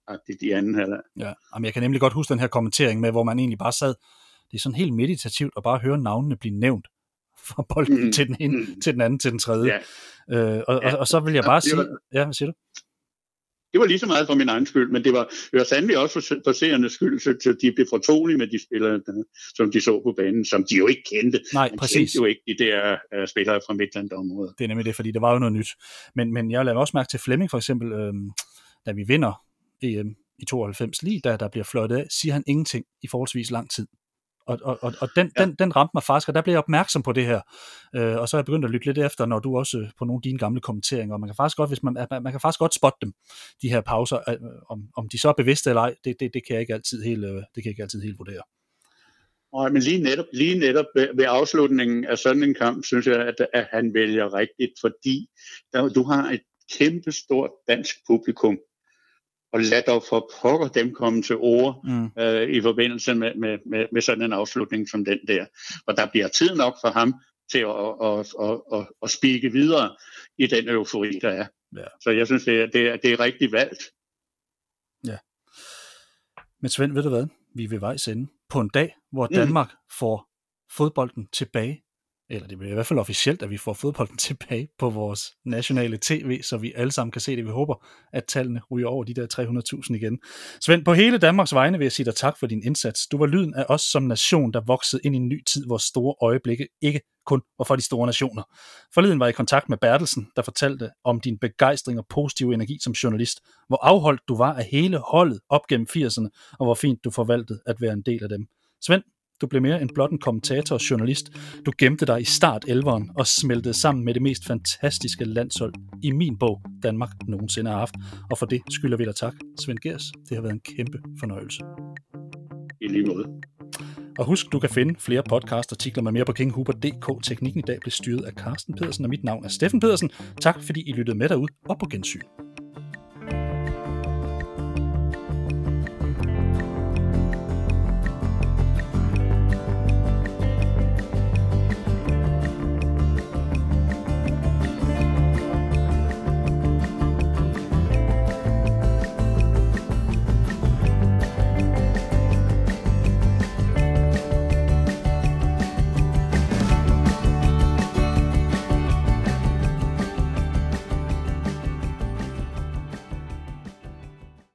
S2: agtigt i anden halvleg.
S1: Ja, men jeg kan nemlig godt huske den her kommentering med, hvor man egentlig bare sad, det er sådan helt meditativt at bare høre navnene blive nævnt fra bolden til den ene, til den anden, til den tredje.
S2: Ja.
S1: Og så vil jeg bare sige, ja, hvad siger du?
S2: Det var lige så meget for min egen skyld, men det var sandelig også for seernes skyld, så de blev fortrolige med de spillere, som de så på banen, som de jo ikke kendte.
S1: Nej,
S2: man
S1: præcis.
S2: kendte jo ikke de der spillere fra Midtland-området.
S1: Det er nemlig det, fordi det var jo noget nyt. Men jeg lader også mærke til Flemming for eksempel, da vi vinder EM i 92 lige, da der bliver fløjtet af, siger han ingenting i forholdsvis lang tid. Og den ramte mig faktisk, og der blev jeg opmærksom på det her. Og så er jeg begyndt at lytte lidt efter, når du også på nogle af dine gamle kommenteringer, og man kan faktisk godt, man kan faktisk godt spotte dem, de her pauser, om de så er bevidste eller ej, det kan jeg ikke altid helt vurdere.
S2: Nej, men lige netop ved afslutningen af sådan en kamp, synes jeg, at han vælger rigtigt, fordi du har et kæmpestort dansk publikum, og lad dog for pokker dem komme til ord i forbindelse med sådan en afslutning som den der. Og der bliver tid nok for ham til at spike videre i den eufori, der er. Ja. Så jeg synes, det er rigtig valgt.
S1: Ja. Men Svend, ved du hvad? Vi er ved vejs ende på en dag, hvor Danmark får fodbolden tilbage. Eller det bliver i hvert fald officielt, at vi får fodbolden tilbage på vores nationale tv, så vi alle sammen kan se det. Vi håber, at tallene ryger over de der 300.000 igen. Svend, på hele Danmarks vegne vil jeg sige dig tak for din indsats. Du var lyden af os som nation, der voksede ind i en ny tid, hvor store øjeblikke ikke kun var for de store nationer. Forleden var jeg i kontakt med Bertelsen, der fortalte om din begejstring og positive energi som journalist, hvor afholdt du var af hele holdet op gennem 80'erne, og hvor fint du forvaltede at være en del af dem. Svend, du blev mere end blot en kommentator og journalist. Du gemte dig i start 11'eren og smeltede sammen med det mest fantastiske landshold i min bog, Danmark nogensinde har haft. Og for det skylder vi dig tak, Svend Gehrs. Det har været en kæmpe fornøjelse.
S2: I lige måde.
S1: Og husk, du kan finde flere podcastartikler med mere på kinghuber.dk. Teknikken i dag blev styret af Carsten Pedersen, og mit navn er Steffen Pedersen. Tak fordi I lyttede med derude, og på gensyn.